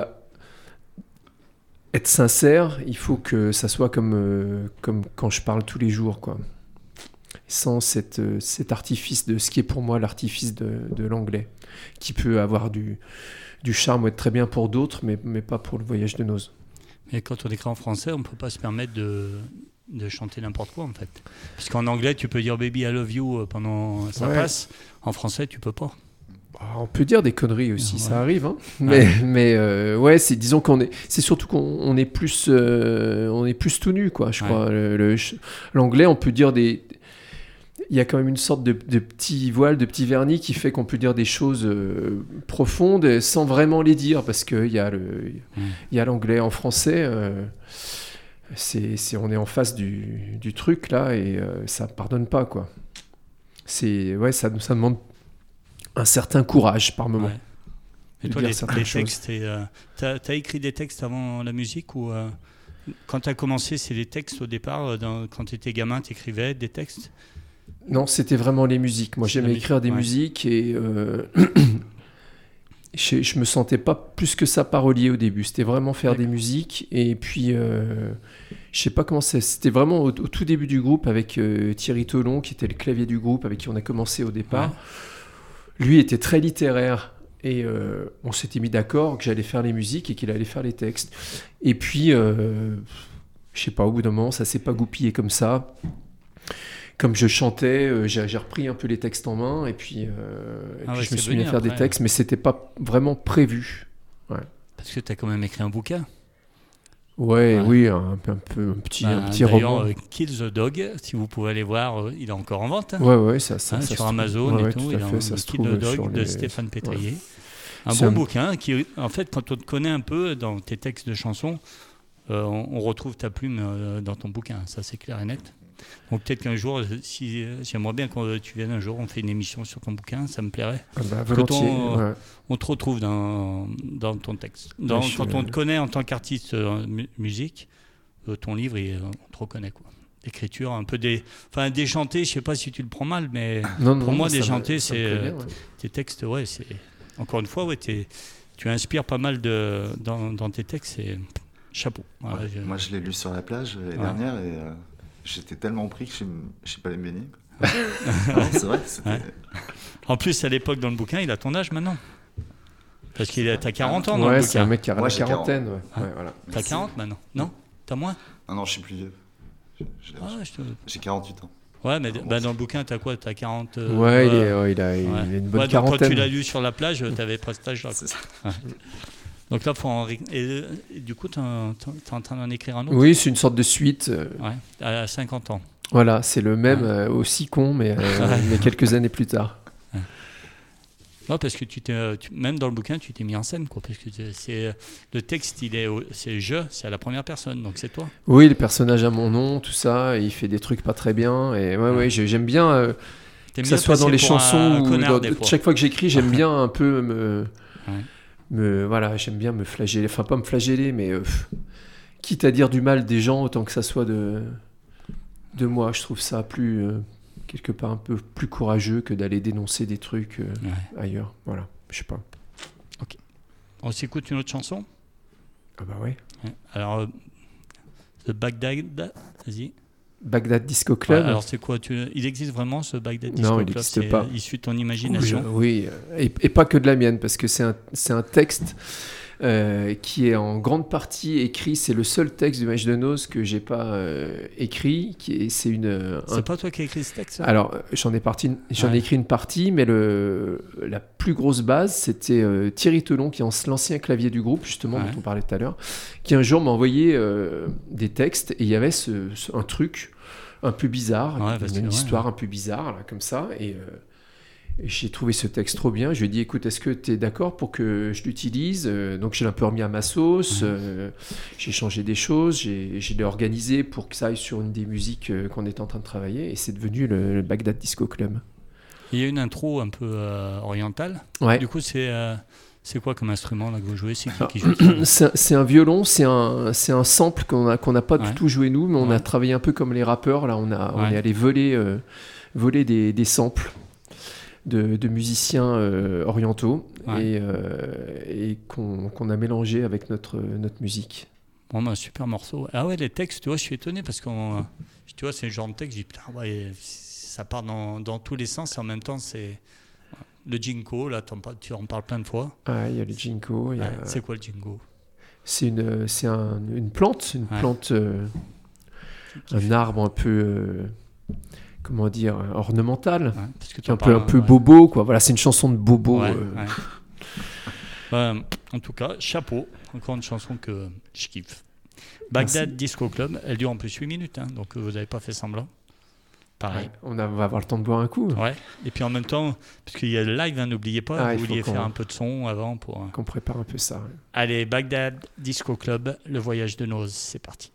être sincère, il faut que ça soit comme quand je parle tous les jours, quoi. Sans cet artifice de ce qui est pour moi l'artifice de l'anglais, qui peut avoir du charme ou être très bien pour d'autres, mais pas pour le voyage de Nose. Mais quand on écrit en français, on ne peut pas se permettre de chanter n'importe quoi, en fait. Parce qu'en anglais, tu peux dire « Baby, I love you » pendant ça passe. En français, tu peux pas. On peut dire des conneries aussi, ça arrive, hein. Mais ouais, disons c'est surtout qu'on est plus tout nu, quoi. Je crois. L'anglais, on peut dire il y a quand même une sorte de petit voile, de petit vernis qui fait qu'on peut dire des choses profondes sans vraiment les dire, parce qu'il y a l'anglais. En français, on est en face du truc là, et ça pardonne pas, quoi. Ça demande un certain courage par moment. Et toi, les textes, t'as écrit des textes avant la musique, ou quand t'as commencé, c'est les textes au départ, quand t'étais gamin, t'écrivais des textes? Non, c'était vraiment les musiques. Moi, j'aimais écrire des musiques, et je me sentais pas plus que ça parolier au début. C'était vraiment faire des musiques, et puis je sais pas comment c'était vraiment au tout début du groupe avec Thierry Tholon, qui était le clavier du groupe, avec qui on a commencé au départ. Lui était très littéraire, et on s'était mis d'accord que j'allais faire les musiques et qu'il allait faire les textes. Et puis, je sais pas, au bout d'un moment, ça s'est pas goupillé comme ça. Comme je chantais, j'ai repris un peu les textes en main, et puis je me suis mis à faire des textes, mais c'était pas vraiment prévu. Ouais. Parce que tu as quand même écrit un bouquin. Oui, un petit roman. Kill the Dog, si vous pouvez aller voir, il est encore en vente. Ouais, ça sur Amazon et tout. Kill the Dog de Stéphane Pétrier. Un bon bouquin qui, en fait, quand on te connaît un peu dans tes textes de chansons, on retrouve ta plume dans ton bouquin. Ça, c'est clair et net. Donc peut-être qu'un jour, j'aimerais bien que tu viennes un jour, on fait une émission sur ton bouquin, ça me plairait. Volontiers. On te retrouve dans ton texte. Quand on te connaît en tant qu'artiste musique, ton livre, on te reconnaît, quoi. L'écriture, un peu déchanté, je sais pas si tu le prends mal, mais pour moi, déchanté, c'est tes textes, c'est encore une fois, tu inspires pas mal dans tes textes, et chapeau. Moi, je l'ai lu sur la plage l'année dernière, et j'étais tellement pris que je ne sais pas les me baigner. Non, c'est vrai. En plus, à l'époque, dans le bouquin, il a ton âge maintenant. Parce qu'il a 40 ans dans le bouquin. C'est un mec qui a la quarantaine. Voilà. T'as 40 maintenant? Non? T'as moins? Non, je suis plus vieux. J'ai 48 ans. Ouais, mais dans le bouquin, t'as quoi? T'as 40... il a une bonne quarantaine. Quand tu l'as lu sur la plage, t'avais presque cet âge-là. C'est ça. Donc là, et du coup, tu es en train d'en écrire un autre? Oui, c'est une sorte de suite. À 50 ans. Voilà, c'est le même, aussi con, mais quelques années plus tard. Non, parce que même dans le bouquin, tu t'es mis en scène, quoi. Parce que le texte, c'est à la première personne, donc c'est toi. Oui, le personnage a mon nom, tout ça, et il fait des trucs pas très bien. Et j'aime bien que ça soit dans les chansons ou chaque fois que j'écris, j'aime bien un peu j'aime bien me flageller, enfin pas me flageller, mais quitte à dire du mal des gens, autant que ça soit de moi. Je trouve ça plus quelque part un peu plus courageux que d'aller dénoncer des trucs ailleurs. Voilà, je sais pas. Ok. On s'écoute une autre chanson? Ah bah ouais. Alors, The Baghdad, vas-y. Baghdad Disco Club. Alors c'est quoi? Il existe vraiment ce Baghdad Disco Club? Non, il n'existe pas. C'est issu de ton imagination? Oui, et pas que de la mienne, parce que c'est un texte qui est en grande partie écrit. C'est le seul texte du Mèche de Noz que j'ai pas écrit. C'est pas toi qui as écrit ce texte? Alors j'en ai écrit une partie, mais la plus grosse base, c'était Thierry Tholon, qui est l'ancien clavier du groupe, justement, dont on parlait tout à l'heure, qui un jour m'a envoyé des textes, et il y avait un truc un peu bizarre, une histoire un peu bizarre, là, comme ça, et j'ai trouvé ce texte trop bien. Je lui ai dit, écoute, est-ce que tu es d'accord pour que je l'utilise? Donc je l'ai un peu remis à ma sauce, j'ai changé des choses, je l'ai organisé pour que ça aille sur une des musiques qu'on était en train de travailler, et c'est devenu le Baghdad Disco Club. Il y a une intro un peu orientale. Du coup, c'est quoi comme instrument là, que vous jouez? C'est qui joue? C'est un violon, c'est un sample qu'on n'a pas du tout joué nous, mais on a travaillé un peu comme les rappeurs. Là, on est allé voler des samples de musiciens orientaux et qu'on a mélangé avec notre musique. Bon, un super morceau. Ah ouais, les textes, tu vois, je suis étonné parce que tu vois, c'est le genre de texte, je dis putain, ça part dans tous les sens, et en même temps, c'est le Jinko, là, tu en parles plein de fois. Ah, il y a le Jinko. C'est quoi le Jinko? C'est une plante, un arbre un peu comment dire, ornementale, Ouais, parce que qui est t'en un peu parles, bobo, quoi. Voilà, c'est une chanson de bobo. Ouais, ouais. En tout cas, chapeau. Encore une chanson que je kiffe. Bagdad Disco Club, elle dure en plus 8 minutes, hein, donc vous n'avez pas fait semblant. Pareil. Ouais, on va avoir le temps de boire un coup. Ouais. Et puis en même temps, parce qu'il y a le live, hein, n'oubliez pas, Il vous faut vouliez faire un peu de son avant pour. Qu'on prépare un peu ça. Ouais. Allez, Bagdad Disco Club, le voyage de Noz, c'est parti.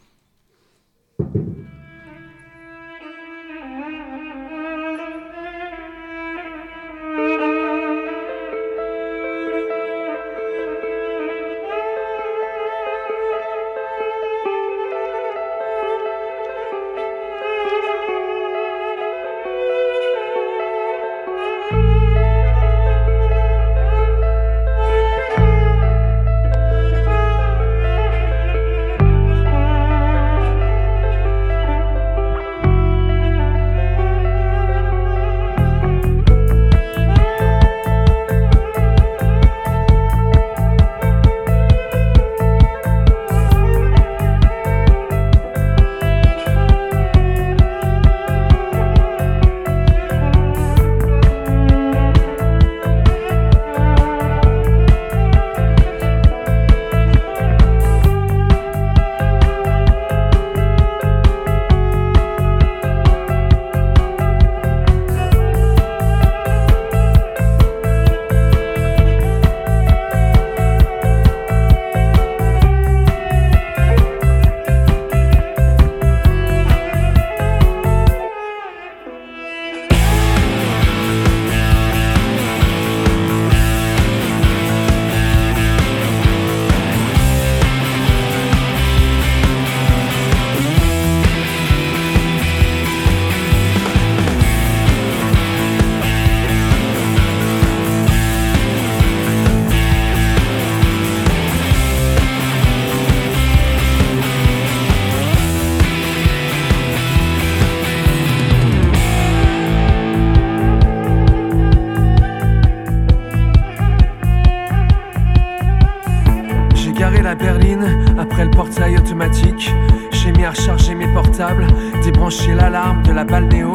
J'ai mis à recharger mes portables, débranché l'alarme de la balnéo.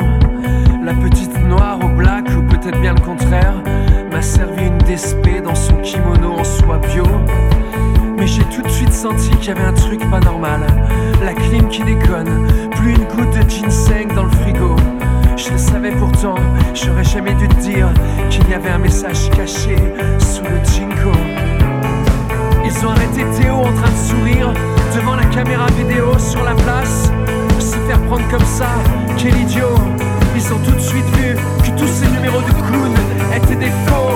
La petite noire au black, ou peut-être bien le contraire, m'a servi une DSP dans son kimono en soie bio. Mais j'ai tout de suite senti qu'il y avait un truc pas normal. La clim qui déconne, plus une goutte de ginseng dans le frigo. Je le savais pourtant, j'aurais jamais dû te dire qu'il y avait un message caché sous le Jinko. Ils ont arrêté Théo en train de sourire devant la caméra vidéo sur la place. Se faire prendre comme ça, quel idiot. Ils ont tout de suite vu que tous ces numéros de clown étaient des faux.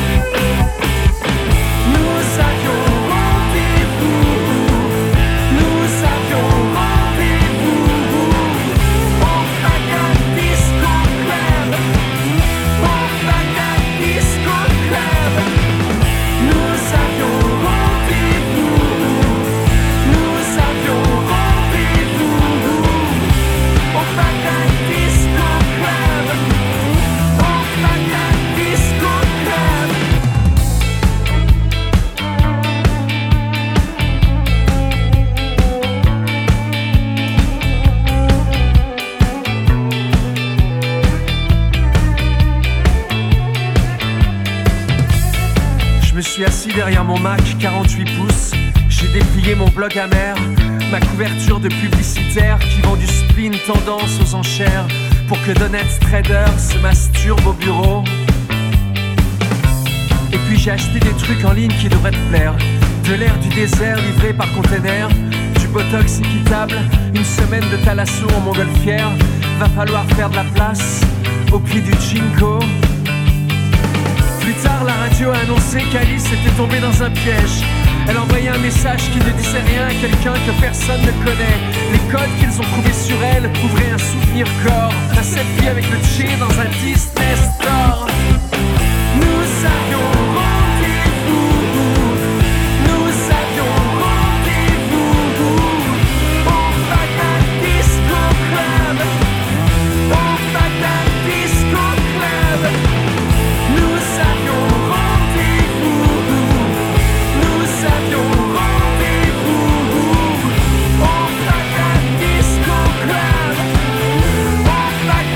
Nous avions rendez-vous, nous avions rendez-vous au Bagdad Disco Club, au Bagdad Disco Club. Nous avions rendez-vous, nous avions rendez-vous au Bagdad Disco Club, au Bagdad Disco Club. Je me suis assis derrière mon Mac 48 pouces. J'ai déplié mon blog amer, ma couverture de publicitaire qui vend du spleen tendance aux enchères pour que d'honnêtes traders se masturbent au bureau. Et puis j'ai acheté des trucs en ligne qui devraient te plaire. De l'air du désert livré par container, du botox équitable, une semaine de thalasso en montgolfière. Va falloir faire de la place au pied du Jinko. Plus tard, la radio a annoncé qu'Alice était tombée dans un piège. Elle envoyait un message qui ne disait rien à quelqu'un que personne ne connaît. Les codes qu'ils ont trouvés sur elle ouvraient un souvenir corps. Un selfie avec le Che dans un Disney Store. Nous avions rendez-vous, nous avions rendez-vous au Bagdad Disco Club, au Bagdad Disco Club. Nous avions rendez-vous, nous avions rendez-vous au Bagdad Disco Club, au Bagdad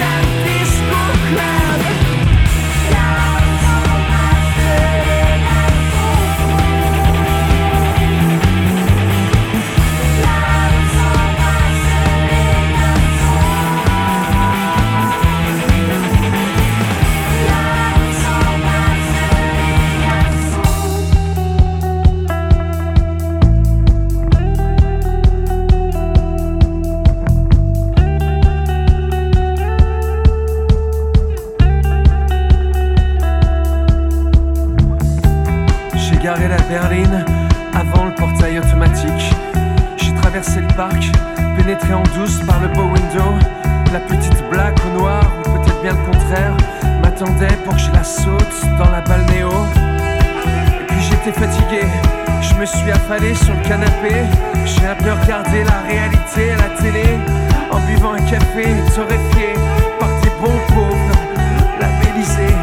berline, avant le portail automatique. J'ai traversé le parc, pénétré en douce par le beau window. La petite blague au noir, ou peut-être bien le contraire, m'attendait pour que je la saute dans la balnéo. Et puis j'étais fatigué, je me suis affalé sur le canapé. J'ai un peu regardé la réalité à la télé, en buvant un café torréfié par des bons pauvres labellisés.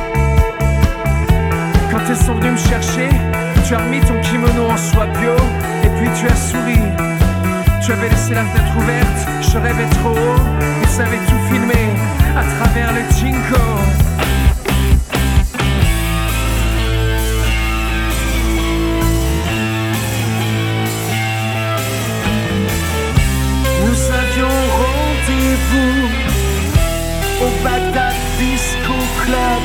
Quand elles sont venues me chercher, tu as remis ton kimono en soie bio, et puis tu as souri. Tu avais laissé la fenêtre ouverte, je rêvais trop haut, ils savaient tout filmer à travers le Jinko. Nous avions rendez-vous au Bagdad Disco Club.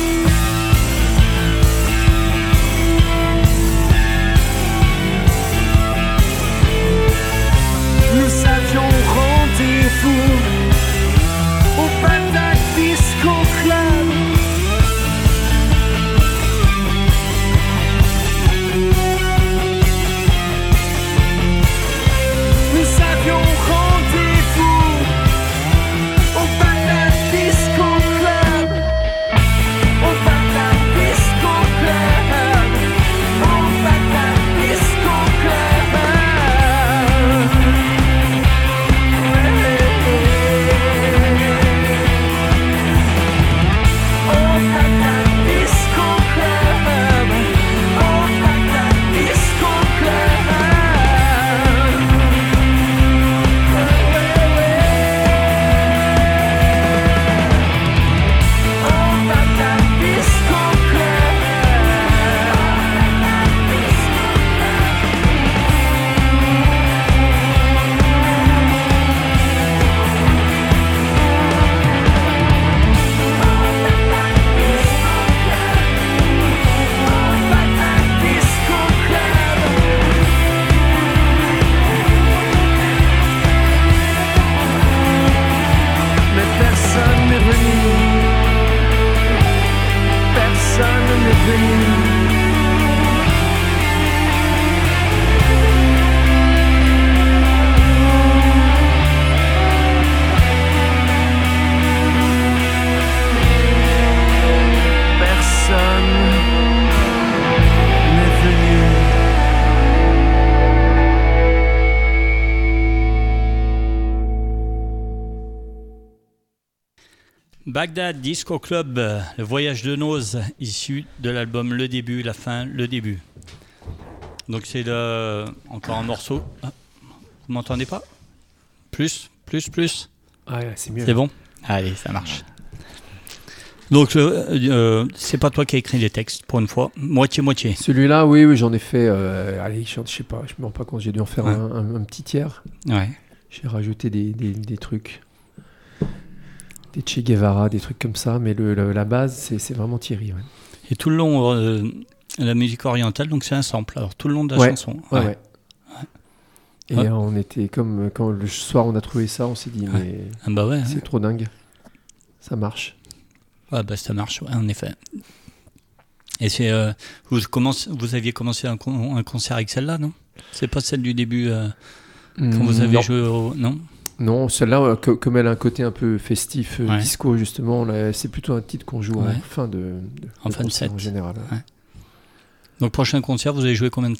Nous avions rendez-vous au Bagdad Disco Club. Nous avions rendez-vous au Bagdad Disco Club. Au Bagdad Disco Club. Au Bagdad Disco Club. Bagdad Disco Club, le voyage de noces, issu de l'album Le Début, la fin, le début. Donc c'est encore un morceau. Ah, vous m'entendez pas ? Plus. Ah, c'est mieux. C'est bon ? Allez, ça marche. Donc c'est pas toi qui as écrit les textes pour une fois, moitié. Celui-là, oui, j'en ai fait. Allez, je sais pas, je me rends pas compte. J'ai dû en faire un petit tiers. Ouais. J'ai rajouté des trucs. Des Che Guevara, des trucs comme ça, mais la base, c'est vraiment Thierry. Ouais. Et tout le long, la musique orientale, donc c'est un sample, alors tout le long de la chanson. Ouais. Et on était comme, quand le soir on a trouvé ça, on s'est dit, mais c'est trop dingue. Ça marche. Ouais, ça marche, en effet. Et c'est, vous aviez commencé un concert avec celle-là, non ? C'est pas celle du début, quand vous avez joué au... Non ? Non, celle-là, comme elle a un côté un peu festif, disco justement, là, c'est plutôt un titre qu'on joue en fin de set en général. Ouais. Donc prochain concert, vous allez jouer combien de temps ?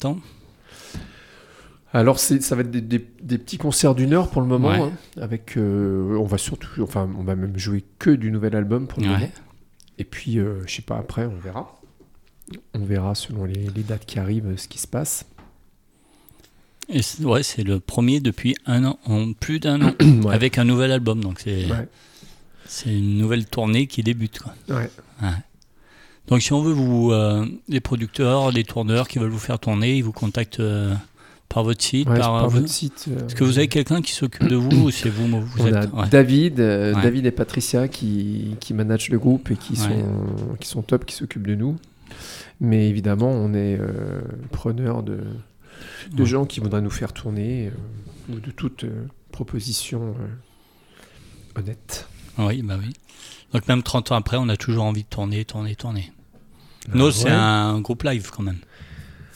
Alors ça va être des petits concerts d'1 heure pour le moment, avec on va même jouer que du nouvel album pour le moment. Et puis je sais pas, après on verra. On verra selon les dates qui arrivent ce qui se passe. Et c'est le premier depuis plus d'un an, avec un nouvel album. Donc c'est une nouvelle tournée qui débute, quoi. Ouais. Donc si on veut les producteurs, les tourneurs qui veulent vous faire tourner, ils vous contactent par votre site. Par votre site. Est-ce que vous avez quelqu'un qui s'occupe de vous ou c'est vous David et Patricia qui managent le groupe et qui sont top, qui s'occupent de nous. Mais évidemment, on est preneur de gens qui voudraient nous faire tourner ou de toute proposition honnête. Oui. Donc même 30 ans après, on a toujours envie de tourner. Nos, c'est un groupe live quand même.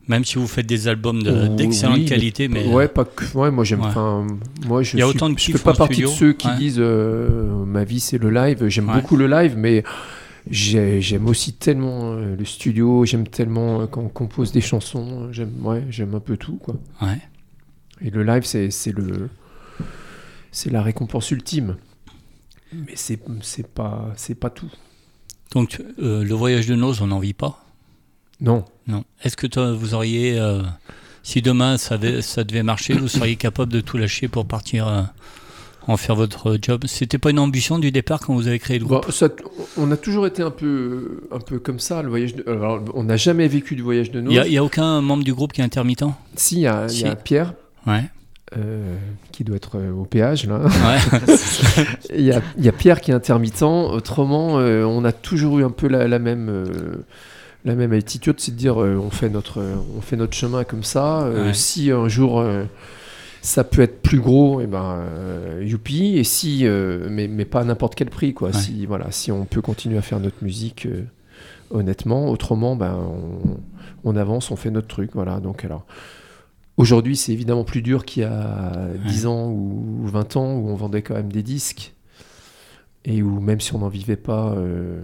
Même si vous faites des albums d'excellente qualité, mais ouais, pas que. Ouais, moi j'aime. Moi, je fais pas partie de ceux qui disent ma vie c'est le live. J'aime beaucoup le live, mais j'aime aussi tellement le studio. J'aime tellement quand on compose des chansons. J'aime un peu tout, quoi. Ouais. Et le live, c'est la récompense ultime. Mais c'est pas tout. Donc le voyage de noces, on n'en vit pas. Non. Est-ce que vous auriez, si demain ça devait marcher, vous seriez capable de tout lâcher pour partir en faire votre job? C'était pas une ambition du départ quand vous avez créé le groupe? On a toujours été un peu comme ça. Le voyage alors, on n'a jamais vécu du voyage de noces. Il y a aucun membre du groupe qui est intermittent? Si, il y a Pierre. Ouais. Qui doit être au péage là. Ouais. Il y a Pierre qui est intermittent. Autrement, on a toujours eu un peu la même attitude, c'est de dire on fait notre chemin comme ça. Si un jour ça peut être plus gros, et youpi. Et si, mais pas à n'importe quel prix, quoi. Ouais. Si on peut continuer à faire notre musique honnêtement, autrement, on avance, on fait notre truc, voilà. Donc alors. Aujourd'hui, c'est évidemment plus dur qu'il y a 10 ans ou 20 ans où on vendait quand même des disques et où même si on n'en vivait pas,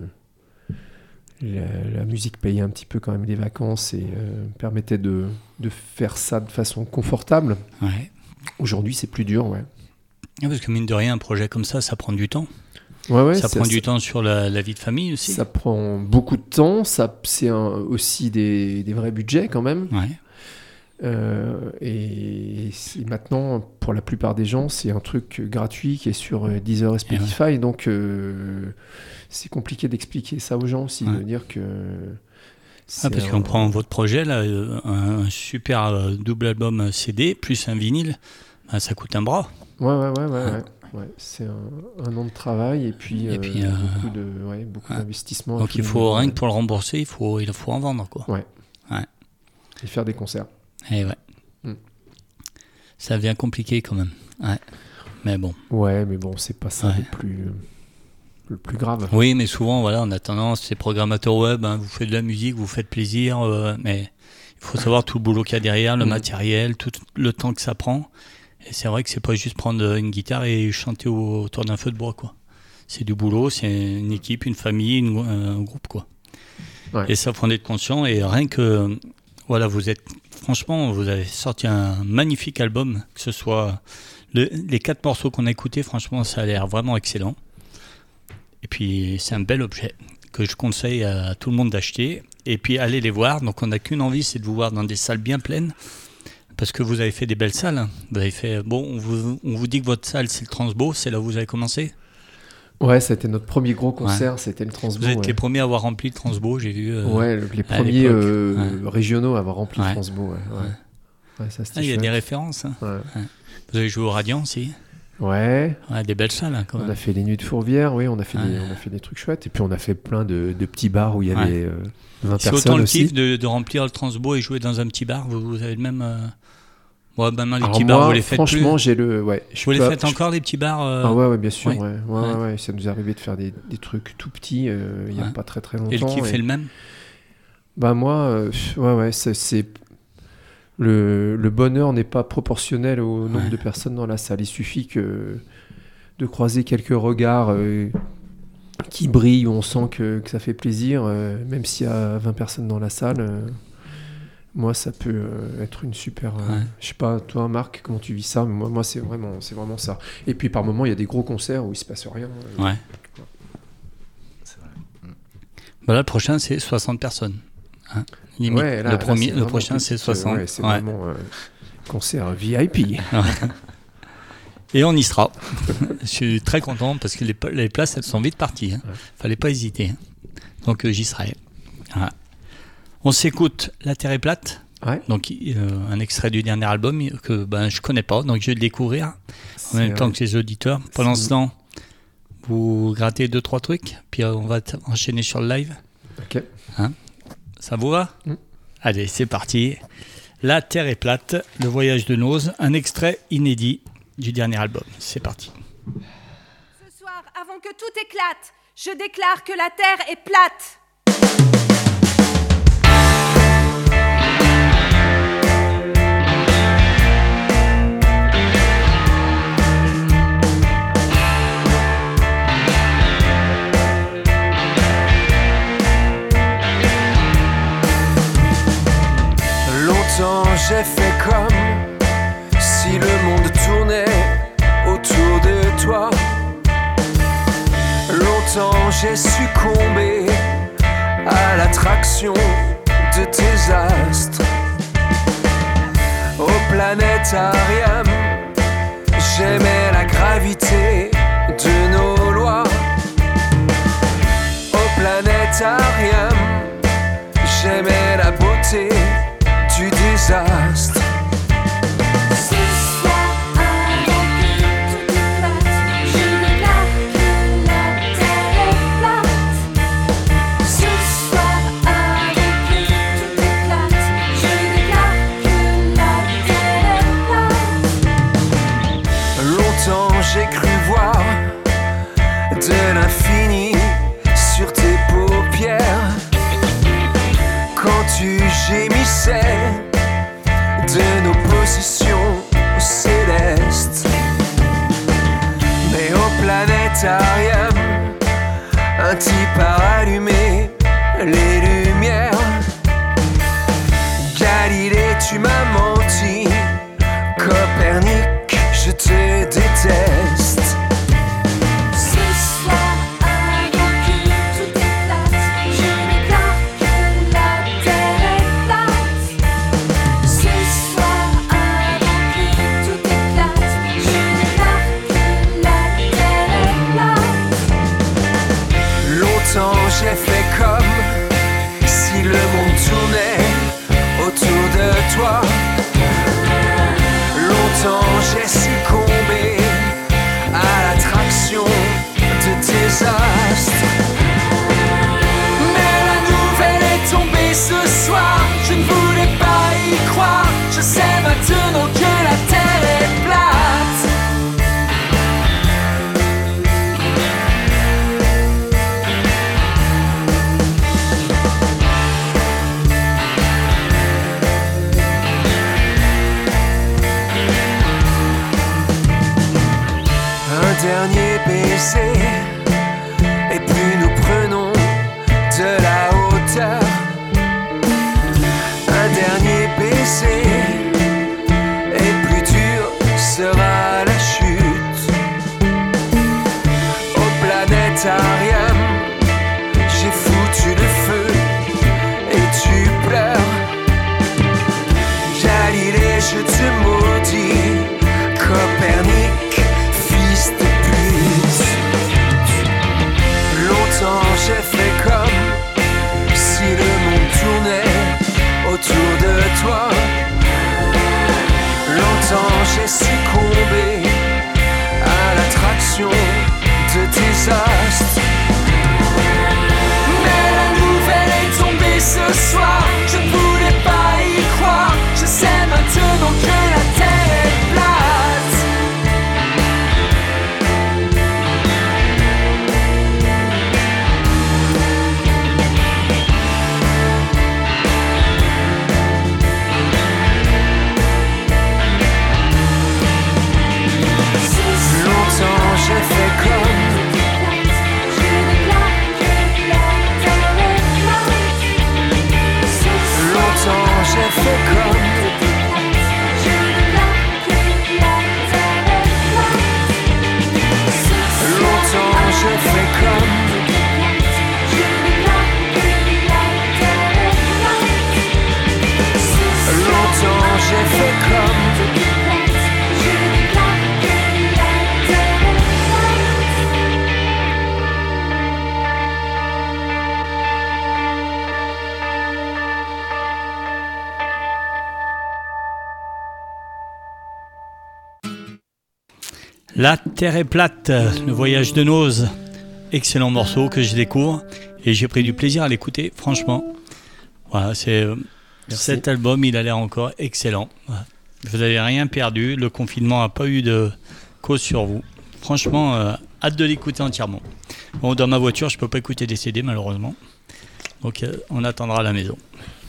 la musique payait un petit peu quand même les vacances et permettait de faire ça de façon confortable. Ouais. Aujourd'hui, c'est plus dur, ouais. Parce que mine de rien, un projet comme ça prend du temps. Ouais, ça prend du temps sur la vie de famille aussi. Ça prend beaucoup de temps. C'est aussi des vrais budgets quand même. Ouais. Et maintenant, pour la plupart des gens, c'est un truc gratuit qui est sur Deezer et Spotify, donc c'est compliqué d'expliquer ça aux gens aussi, de dire que... parce qu'on prend votre projet, là, un super double album CD, plus un vinyle, ça coûte un bras. Ouais. C'est un an de travail et puis beaucoup d'investissement. Donc il faut, rien que pour le rembourser, il faut en vendre, quoi. Ouais. Et faire des concerts. Et ça devient compliqué quand même. Ouais. Mais bon. Ouais, mais bon, c'est pas ça le plus grave. Oui, mais souvent, voilà, on a tendance, ces programmateurs web, vous faites de la musique, vous faites plaisir, mais il faut savoir tout le boulot qu'il y a derrière, le matériel, tout le temps que ça prend. Et c'est vrai que c'est pas juste prendre une guitare et chanter autour d'un feu de bois, quoi. C'est du boulot, c'est une équipe, une famille, un groupe, quoi. Ouais. Et ça, faut en être conscient. Et rien que, voilà, franchement, vous avez sorti un magnifique album, que ce soit les 4 morceaux qu'on a écoutés, franchement, ça a l'air vraiment excellent. Et puis, c'est un bel objet que je conseille à tout le monde d'acheter. Et puis, allez les voir. Donc, on n'a qu'une envie, c'est de vous voir dans des salles bien pleines. Parce que vous avez fait des belles salles. Vous avez fait, on vous dit que votre salle, c'est le Transbo. C'est là où vous avez commencé? Ouais, c'était notre premier gros concert, c'était le Transbo. Vous êtes les premiers à avoir rempli le Transbo, j'ai vu. Les premiers régionaux à avoir rempli le Transbo. Ça, il y a des références. Hein. Ouais. Vous avez joué au Radiant aussi? Ouais. Des belles salles, quand même. On a fait les Nuits de Fourvière, on a fait des trucs chouettes. Et puis on a fait plein de petits bars où il y avait 20 personnes. C'est autant le aussi. kiff de remplir le Transbo et jouer dans un petit bar. Vous avez le même. Maintenant, les petits bars, vous les faites franchement, plus. Vous les faites encore, les petits bars Ah ouais, bien sûr. Ouais. Ça nous est arrivé de faire des trucs tout petits il n'y a pas très longtemps. Et le kiff est le même? Moi, c'est... Le bonheur n'est pas proportionnel au nombre de personnes dans la salle. Il suffit de croiser quelques regards qui brillent, où on sent que ça fait plaisir, même s'il y a 20 personnes dans la salle... Moi, ça peut être une super... je sais pas, toi, Marc, comment tu vis ça? Moi, c'est vraiment ça. Et puis, par moments, il y a des gros concerts où il se passe rien. C'est vrai. Le prochain, c'est 60 personnes. Hein, limite. Le prochain, c'est 60. C'est vraiment concert VIP. Et on y sera. Je suis très content parce que les places, elles sont vite parties. Fallait pas hésiter. Donc, j'y serai. Voilà. On s'écoute La Terre est plate, donc un extrait du dernier album que je connais pas, donc je vais le découvrir en même temps que les auditeurs. Pendant ce temps, vous grattez 2-3 trucs, puis on va enchaîner sur le live. Ok. Ça vous va? Allez, c'est parti. La Terre est plate, le voyage de noces, un extrait inédit du dernier album. C'est parti. Ce soir, avant que tout éclate, je déclare que la Terre est plate. toi. Longtemps j'ai succombé à l'attraction de tes astres. Au planétarium, j'aimais la gravité de nos lois. Au planétarium, j'aimais la beauté du désastre. J'ai cru voir de l'infini sur tes paupières quand tu gémissais de nos possessions célestes. Mais au planétarium, un type a allumé les lumières. Galilée, tu m'as menti. Copernic, je te déteste. Ce soir, avant que tout éclate, je déclare que la terre est plate. Ce soir, avant que tout éclate, je déclare que la terre est plate. Longtemps j'ai fait comme si le monde tournait autour de toi. Longtemps j'ai succombé à l'attraction de tes astres. Mais la nouvelle est tombée ce soir. Je ne voulais pas y croire. Je sais maintenant que la terre est plate. Un dernier baiser et puis nous prenons de la hauteur. Un dernier baiser et plus dur sera la chute. Au planétarium, j'ai foutu le feu et tu pleures. Galilée, je te maudis. Copernic, fils de pute. Longtemps j'ai fait comme si le monde tournait autour de toi. Longtemps j'ai succombé à l'attraction de tes astres. Mais la nouvelle est tombée ce soir. Je ne voulais pas y croire. Je sais maintenant que la terre est plate. Longtemps j'ai fait comme Je déclare que la terre est plate. longtemps j'ai fait comme Je déclare que la terre est plate. longtemps j'ai fait comme Je déclare que la terre est plate. longtemps j'ai fait comme Je déclare que la terre est plate. La Terre est plate, le voyage de Noz. Excellent morceau que je découvre et j'ai pris du plaisir à l'écouter, franchement. Voilà, cet album, il a l'air encore excellent. Voilà. Vous n'avez rien perdu, le confinement n'a pas eu de cause sur vous. Franchement, hâte de l'écouter entièrement. Bon, dans ma voiture, je ne peux pas écouter des CD malheureusement. Donc on attendra à la maison.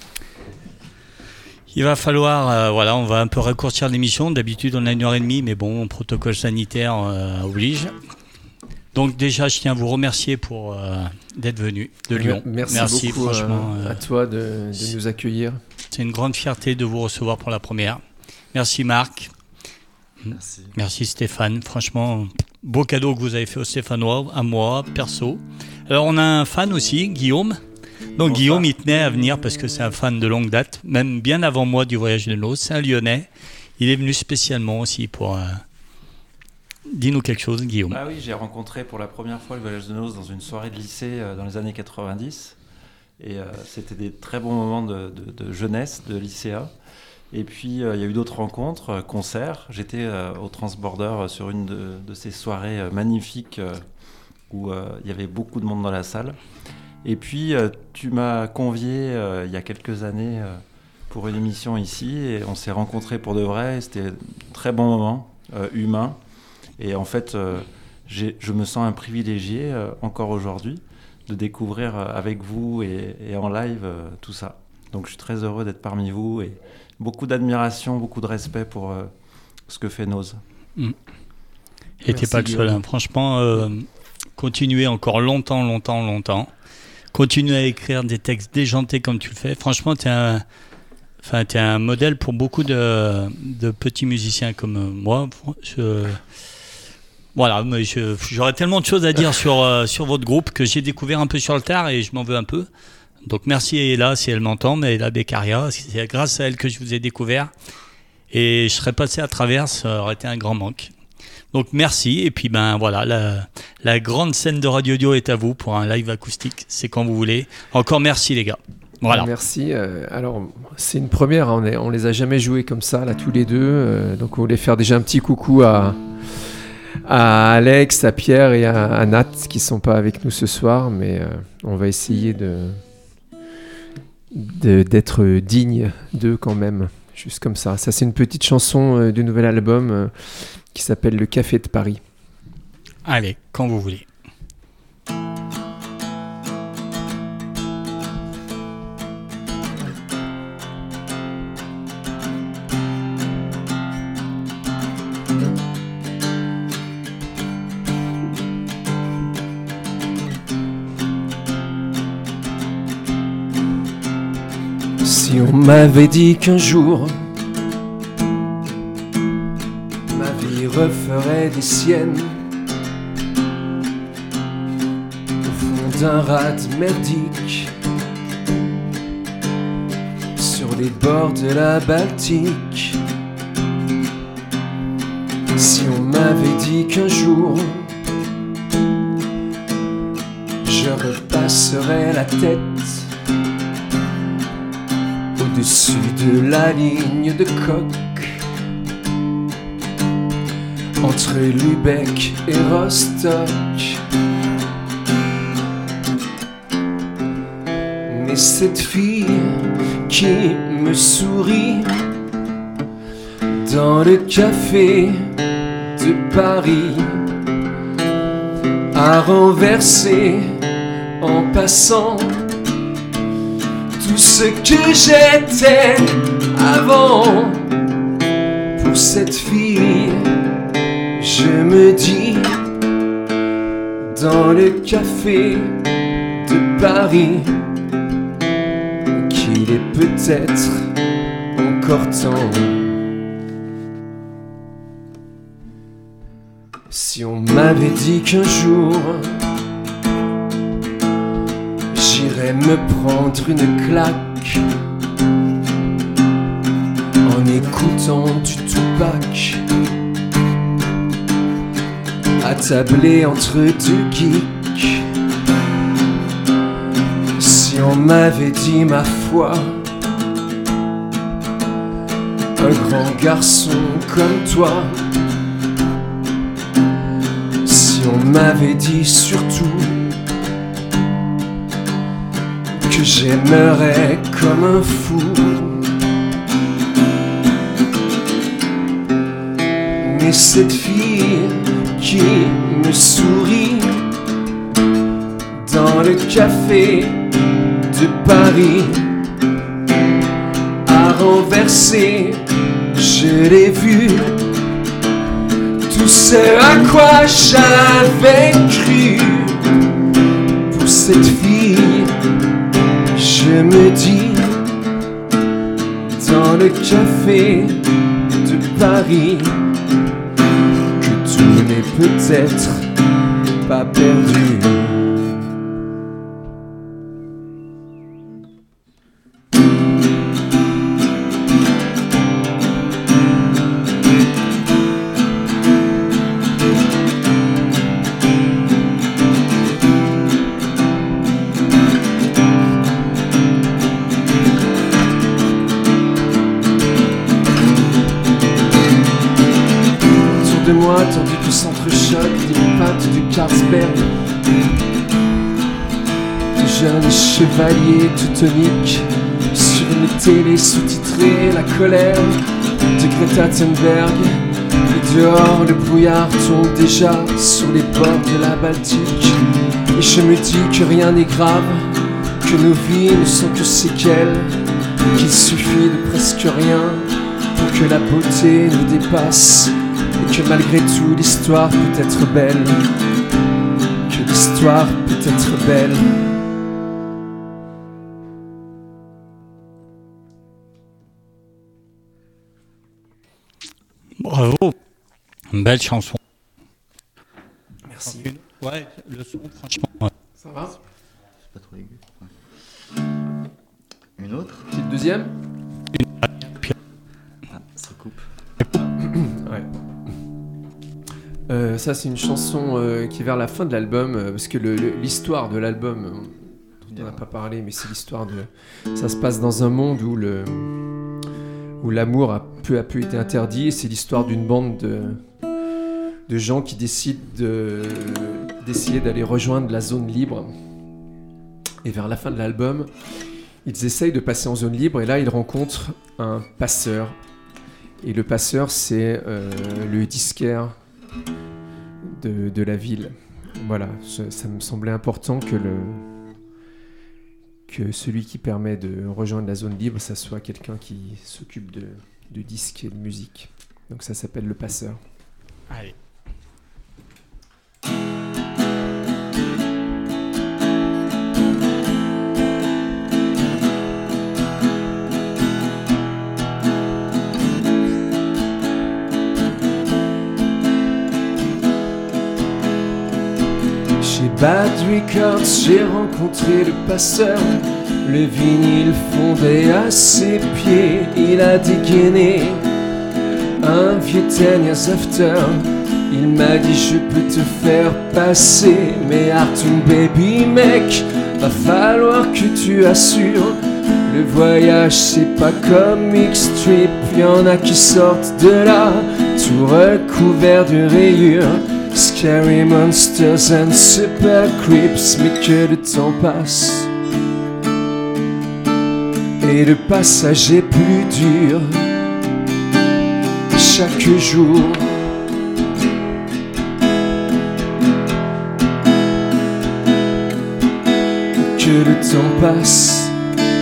Il va falloir, on va un peu raccourcir l'émission. D'habitude, on a 1h30, mais bon, protocole sanitaire oblige. Donc déjà, je tiens à vous remercier pour d'être venu de Lyon. Merci beaucoup franchement, à toi de nous accueillir. C'est une grande fierté de vous recevoir pour la première. Merci Marc. Merci. Merci Stéphane. Franchement, beau cadeau que vous avez fait aux Stéphanois, à moi, perso. Alors, on a un fan aussi, Guillaume. Donc, Guillaume, il tenait à venir parce que c'est un fan de longue date, même bien avant moi du voyage de noces. C'est un Lyonnais. Il est venu spécialement aussi pour... Dis-nous quelque chose, Guillaume. Ah oui, j'ai rencontré pour la première fois le voyage de noces dans une soirée de lycée dans les années 90. Et c'était des très bons moments de jeunesse, de lycéa. Et puis, il y a eu d'autres rencontres, concerts. J'étais au Transborder sur une de ces soirées magnifiques où il y avait beaucoup de monde dans la salle. Et puis, tu m'as convié il y a quelques années pour une émission ici. Et on s'est rencontrés pour de vrai. Et c'était un très bon moment, humain. Et en fait, je me sens un privilégié encore aujourd'hui de découvrir avec vous et en live tout ça. Donc je suis très heureux d'être parmi vous et beaucoup d'admiration, beaucoup de respect pour ce que fait Nose. Et t'es pas le seul, hein. Franchement, continuez encore longtemps. Continuez à écrire des textes déjantés comme tu le fais. Franchement, t'es un modèle pour beaucoup de petits musiciens comme moi. Voilà, mais j'aurais tellement de choses à dire sur votre groupe que j'ai découvert un peu sur le tard et je m'en veux un peu. Donc merci Ella si elle m'entend, mais Ella Beccaria, c'est grâce à elle que je vous ai découvert. Et je serais passé à travers, ça aurait été un grand manque. Donc merci, et puis ben voilà, la grande scène de Radio Dio est à vous pour un live acoustique, c'est quand vous voulez. Encore merci les gars. Voilà. Merci. Alors, c'est une première, hein, on les a jamais joués comme ça, là, tous les deux. Donc on voulait faire déjà un petit coucou à Alex, à Pierre et à Nat qui ne sont pas avec nous ce soir, mais on va essayer d'être digne d'eux quand même, juste comme ça. Ça, c'est une petite chanson du nouvel album qui s'appelle Le Café de Paris. Allez, quand vous voulez. Si on m'avait dit qu'un jour ma vie referait des siennes au fond d'un rade merdique sur les bords de la Baltique, si on m'avait dit qu'un jour je repasserais la tête au-dessus de la ligne de coque entre Lübeck et Rostock, mais cette fille qui me sourit dans le café de Paris a renversé en passant tout ce que j'étais avant. Pour cette fille, je me dis, dans le café de Paris, qu'il est peut-être encore temps. Si on m'avait dit qu'un jour j'irais me prendre une claque en écoutant du Tupac, attablé entre deux geeks, si on m'avait dit ma foi, un grand garçon comme toi, si on m'avait dit surtout que j'aimerais comme un fou, mais cette fille qui me sourit dans le café de Paris a renversé, je l'ai vu, tout ce à quoi j'avais cru. Pour cette fille, je me dis, dans le café de Paris, que tout n'est peut-être pas perdu. De moi, tendu du centre-choc, des peintes du Carlsberg, de jeunes chevaliers tout toniques, sur une télé sous-titrée, la colère de Greta Thunberg. Et dehors, le brouillard tombe déjà sur les bords de la Baltique. Et je me dis que rien n'est grave, que nos vies ne sont que séquelles, qu'il suffit de presque rien pour que la beauté nous dépasse. Et que malgré tout l'histoire peut être belle, que l'histoire peut être belle. Bravo, belle chanson. Merci. Ouais, le son, franchement. Ouais. Ça va? C'est pas trop aigu. Ouais. Une autre? Petite deuxième? Ah, ça coupe. Ouais. Ça c'est une chanson qui est vers la fin de l'album parce que l'histoire de l'album dont on n'a pas parlé, mais c'est l'histoire de... Ça se passe dans un monde où l'amour a peu à peu été interdit, et c'est l'histoire d'une bande de gens qui décident d'essayer d'aller rejoindre la zone libre. Et vers la fin de l'album, ils essayent de passer en zone libre, et là ils rencontrent un passeur. Et le passeur, c'est le disquaire de la ville. Voilà, ça me semblait important que celui qui permet de rejoindre la zone libre, ça soit quelqu'un qui s'occupe de disques et de musique. Donc ça s'appelle le passeur. Allez. Chez Bad Records, j'ai rencontré le passeur. Le vinyle fondait à ses pieds. Il a dégainé un vieux 10 years after. Il m'a dit je peux te faire passer, mais Artung baby mec, va falloir que tu assures. Le voyage c'est pas comme X-Trip, y'en a qui sortent de là, tout recouvert de rayures. Scary monsters and super creeps, mais que le temps passe et le passage est plus dur chaque jour. Que le temps passe,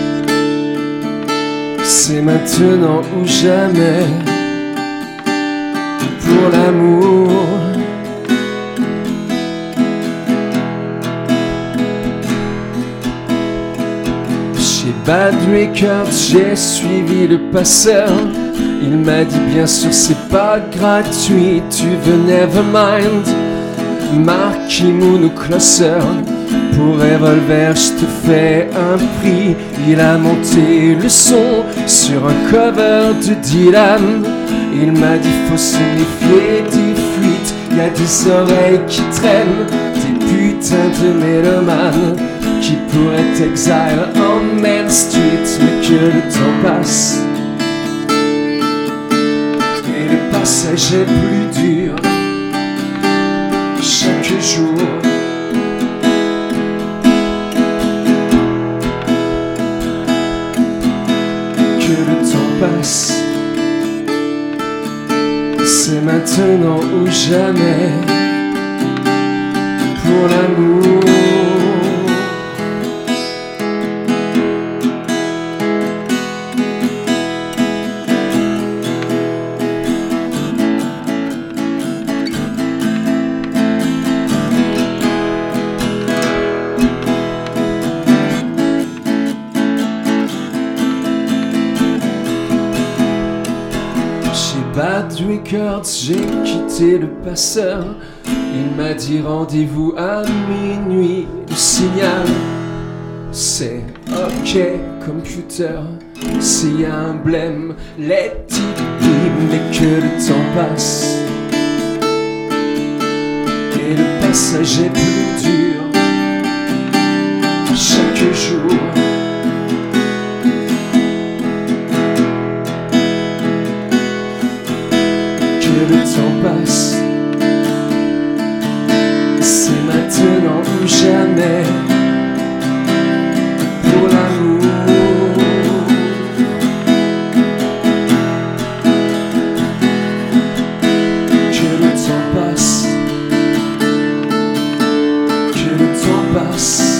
c'est maintenant ou jamais pour l'amour. Chez Bad Records, j'ai suivi le passeur. Il m'a dit bien sûr c'est pas gratuit, tu veux Nevermind, Marquis Moon ou Closer. Pour Revolver, je te fais un prix. Il a monté le son sur un cover de Dylan. Il m'a dit faut se méfier des fuites, y a des oreilles qui traînent, des putains de mélomanes qui pourraient t'exile en Main Street, mais que le temps passe et le passage est plus dur chaque jour. Que le temps passe, c'est maintenant ou jamais pour l'amour. Bad Records, j'ai quitté le passeur. Il m'a dit rendez-vous à minuit. Le signal, c'est OK, computer. S'il y a un blême, let it be. Mais que le temps passe et le passage est plus dur chaque jour. Que le temps passe, c'est maintenant ou jamais pour l'amour. Que le temps passe, que le temps passe.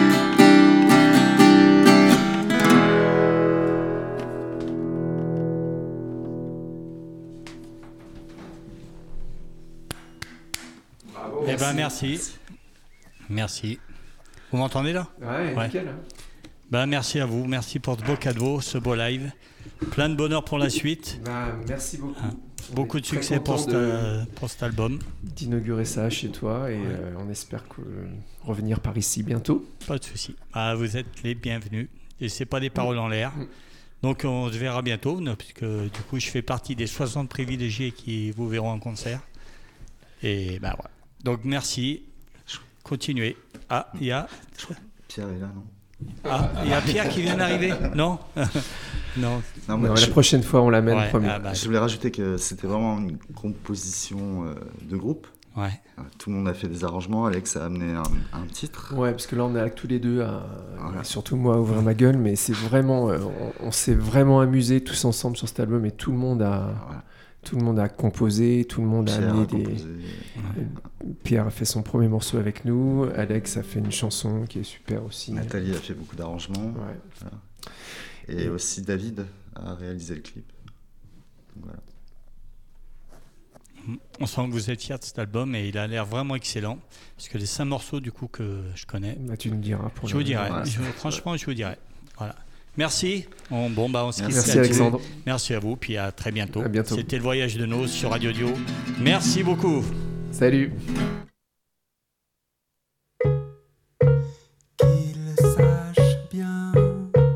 Eh ben merci. Merci. Vous m'entendez là? Ouais, nickel. Ben merci à vous, merci pour ce beau cadeau, ce beau live. Plein de bonheur pour la suite. Bah, merci beaucoup. Beaucoup de Très succès pour content cet album. d'inaugurer ça chez toi et on espère revenir par ici bientôt. Pas de souci. Ah, vous êtes les bienvenus. Et c'est pas des paroles en l'air. Donc on se verra bientôt, puisque du coup je fais partie des 60 privilégiés qui vous verront en concert. Et ben voilà. Donc merci. Continuez. Ah, il y a Pierre est là, non? Ah, il y a Pierre qui vient d'arriver. Non. Non. Non, mais Non, la prochaine fois, on l'amène, promis. Ah bah, je voulais rajouter que c'était vraiment une composition de groupe. ouais. Tout le monde a fait des arrangements. Alex a amené un titre. Ouais, parce que là, on est tous les deux à, Voilà. surtout moi, à ouvrir ma gueule, mais c'est vraiment, on s'est vraiment amusés tous ensemble sur cet album et tout le monde a, Voilà. tout le monde a composé, tout le monde a Pierre amené a composé. Pierre a fait son premier morceau avec nous, Alex a fait une chanson qui est super aussi. Nathalie a fait beaucoup d'arrangements. Ouais. Et aussi David a réalisé le clip. Donc, voilà. On sent que vous êtes fiers de cet album et il a l'air vraiment excellent. Parce que les 5 morceaux du coup que je connais, Bah, tu nous diras pour je vous dirai. Ouais. Franchement, je vous dirai. Voilà. Merci. On se quitte Merci là-dessus. Alexandre. Merci à vous, puis à très bientôt. À bientôt. C'était le voyage de Noz sur Radio Dio. Merci beaucoup. Salut.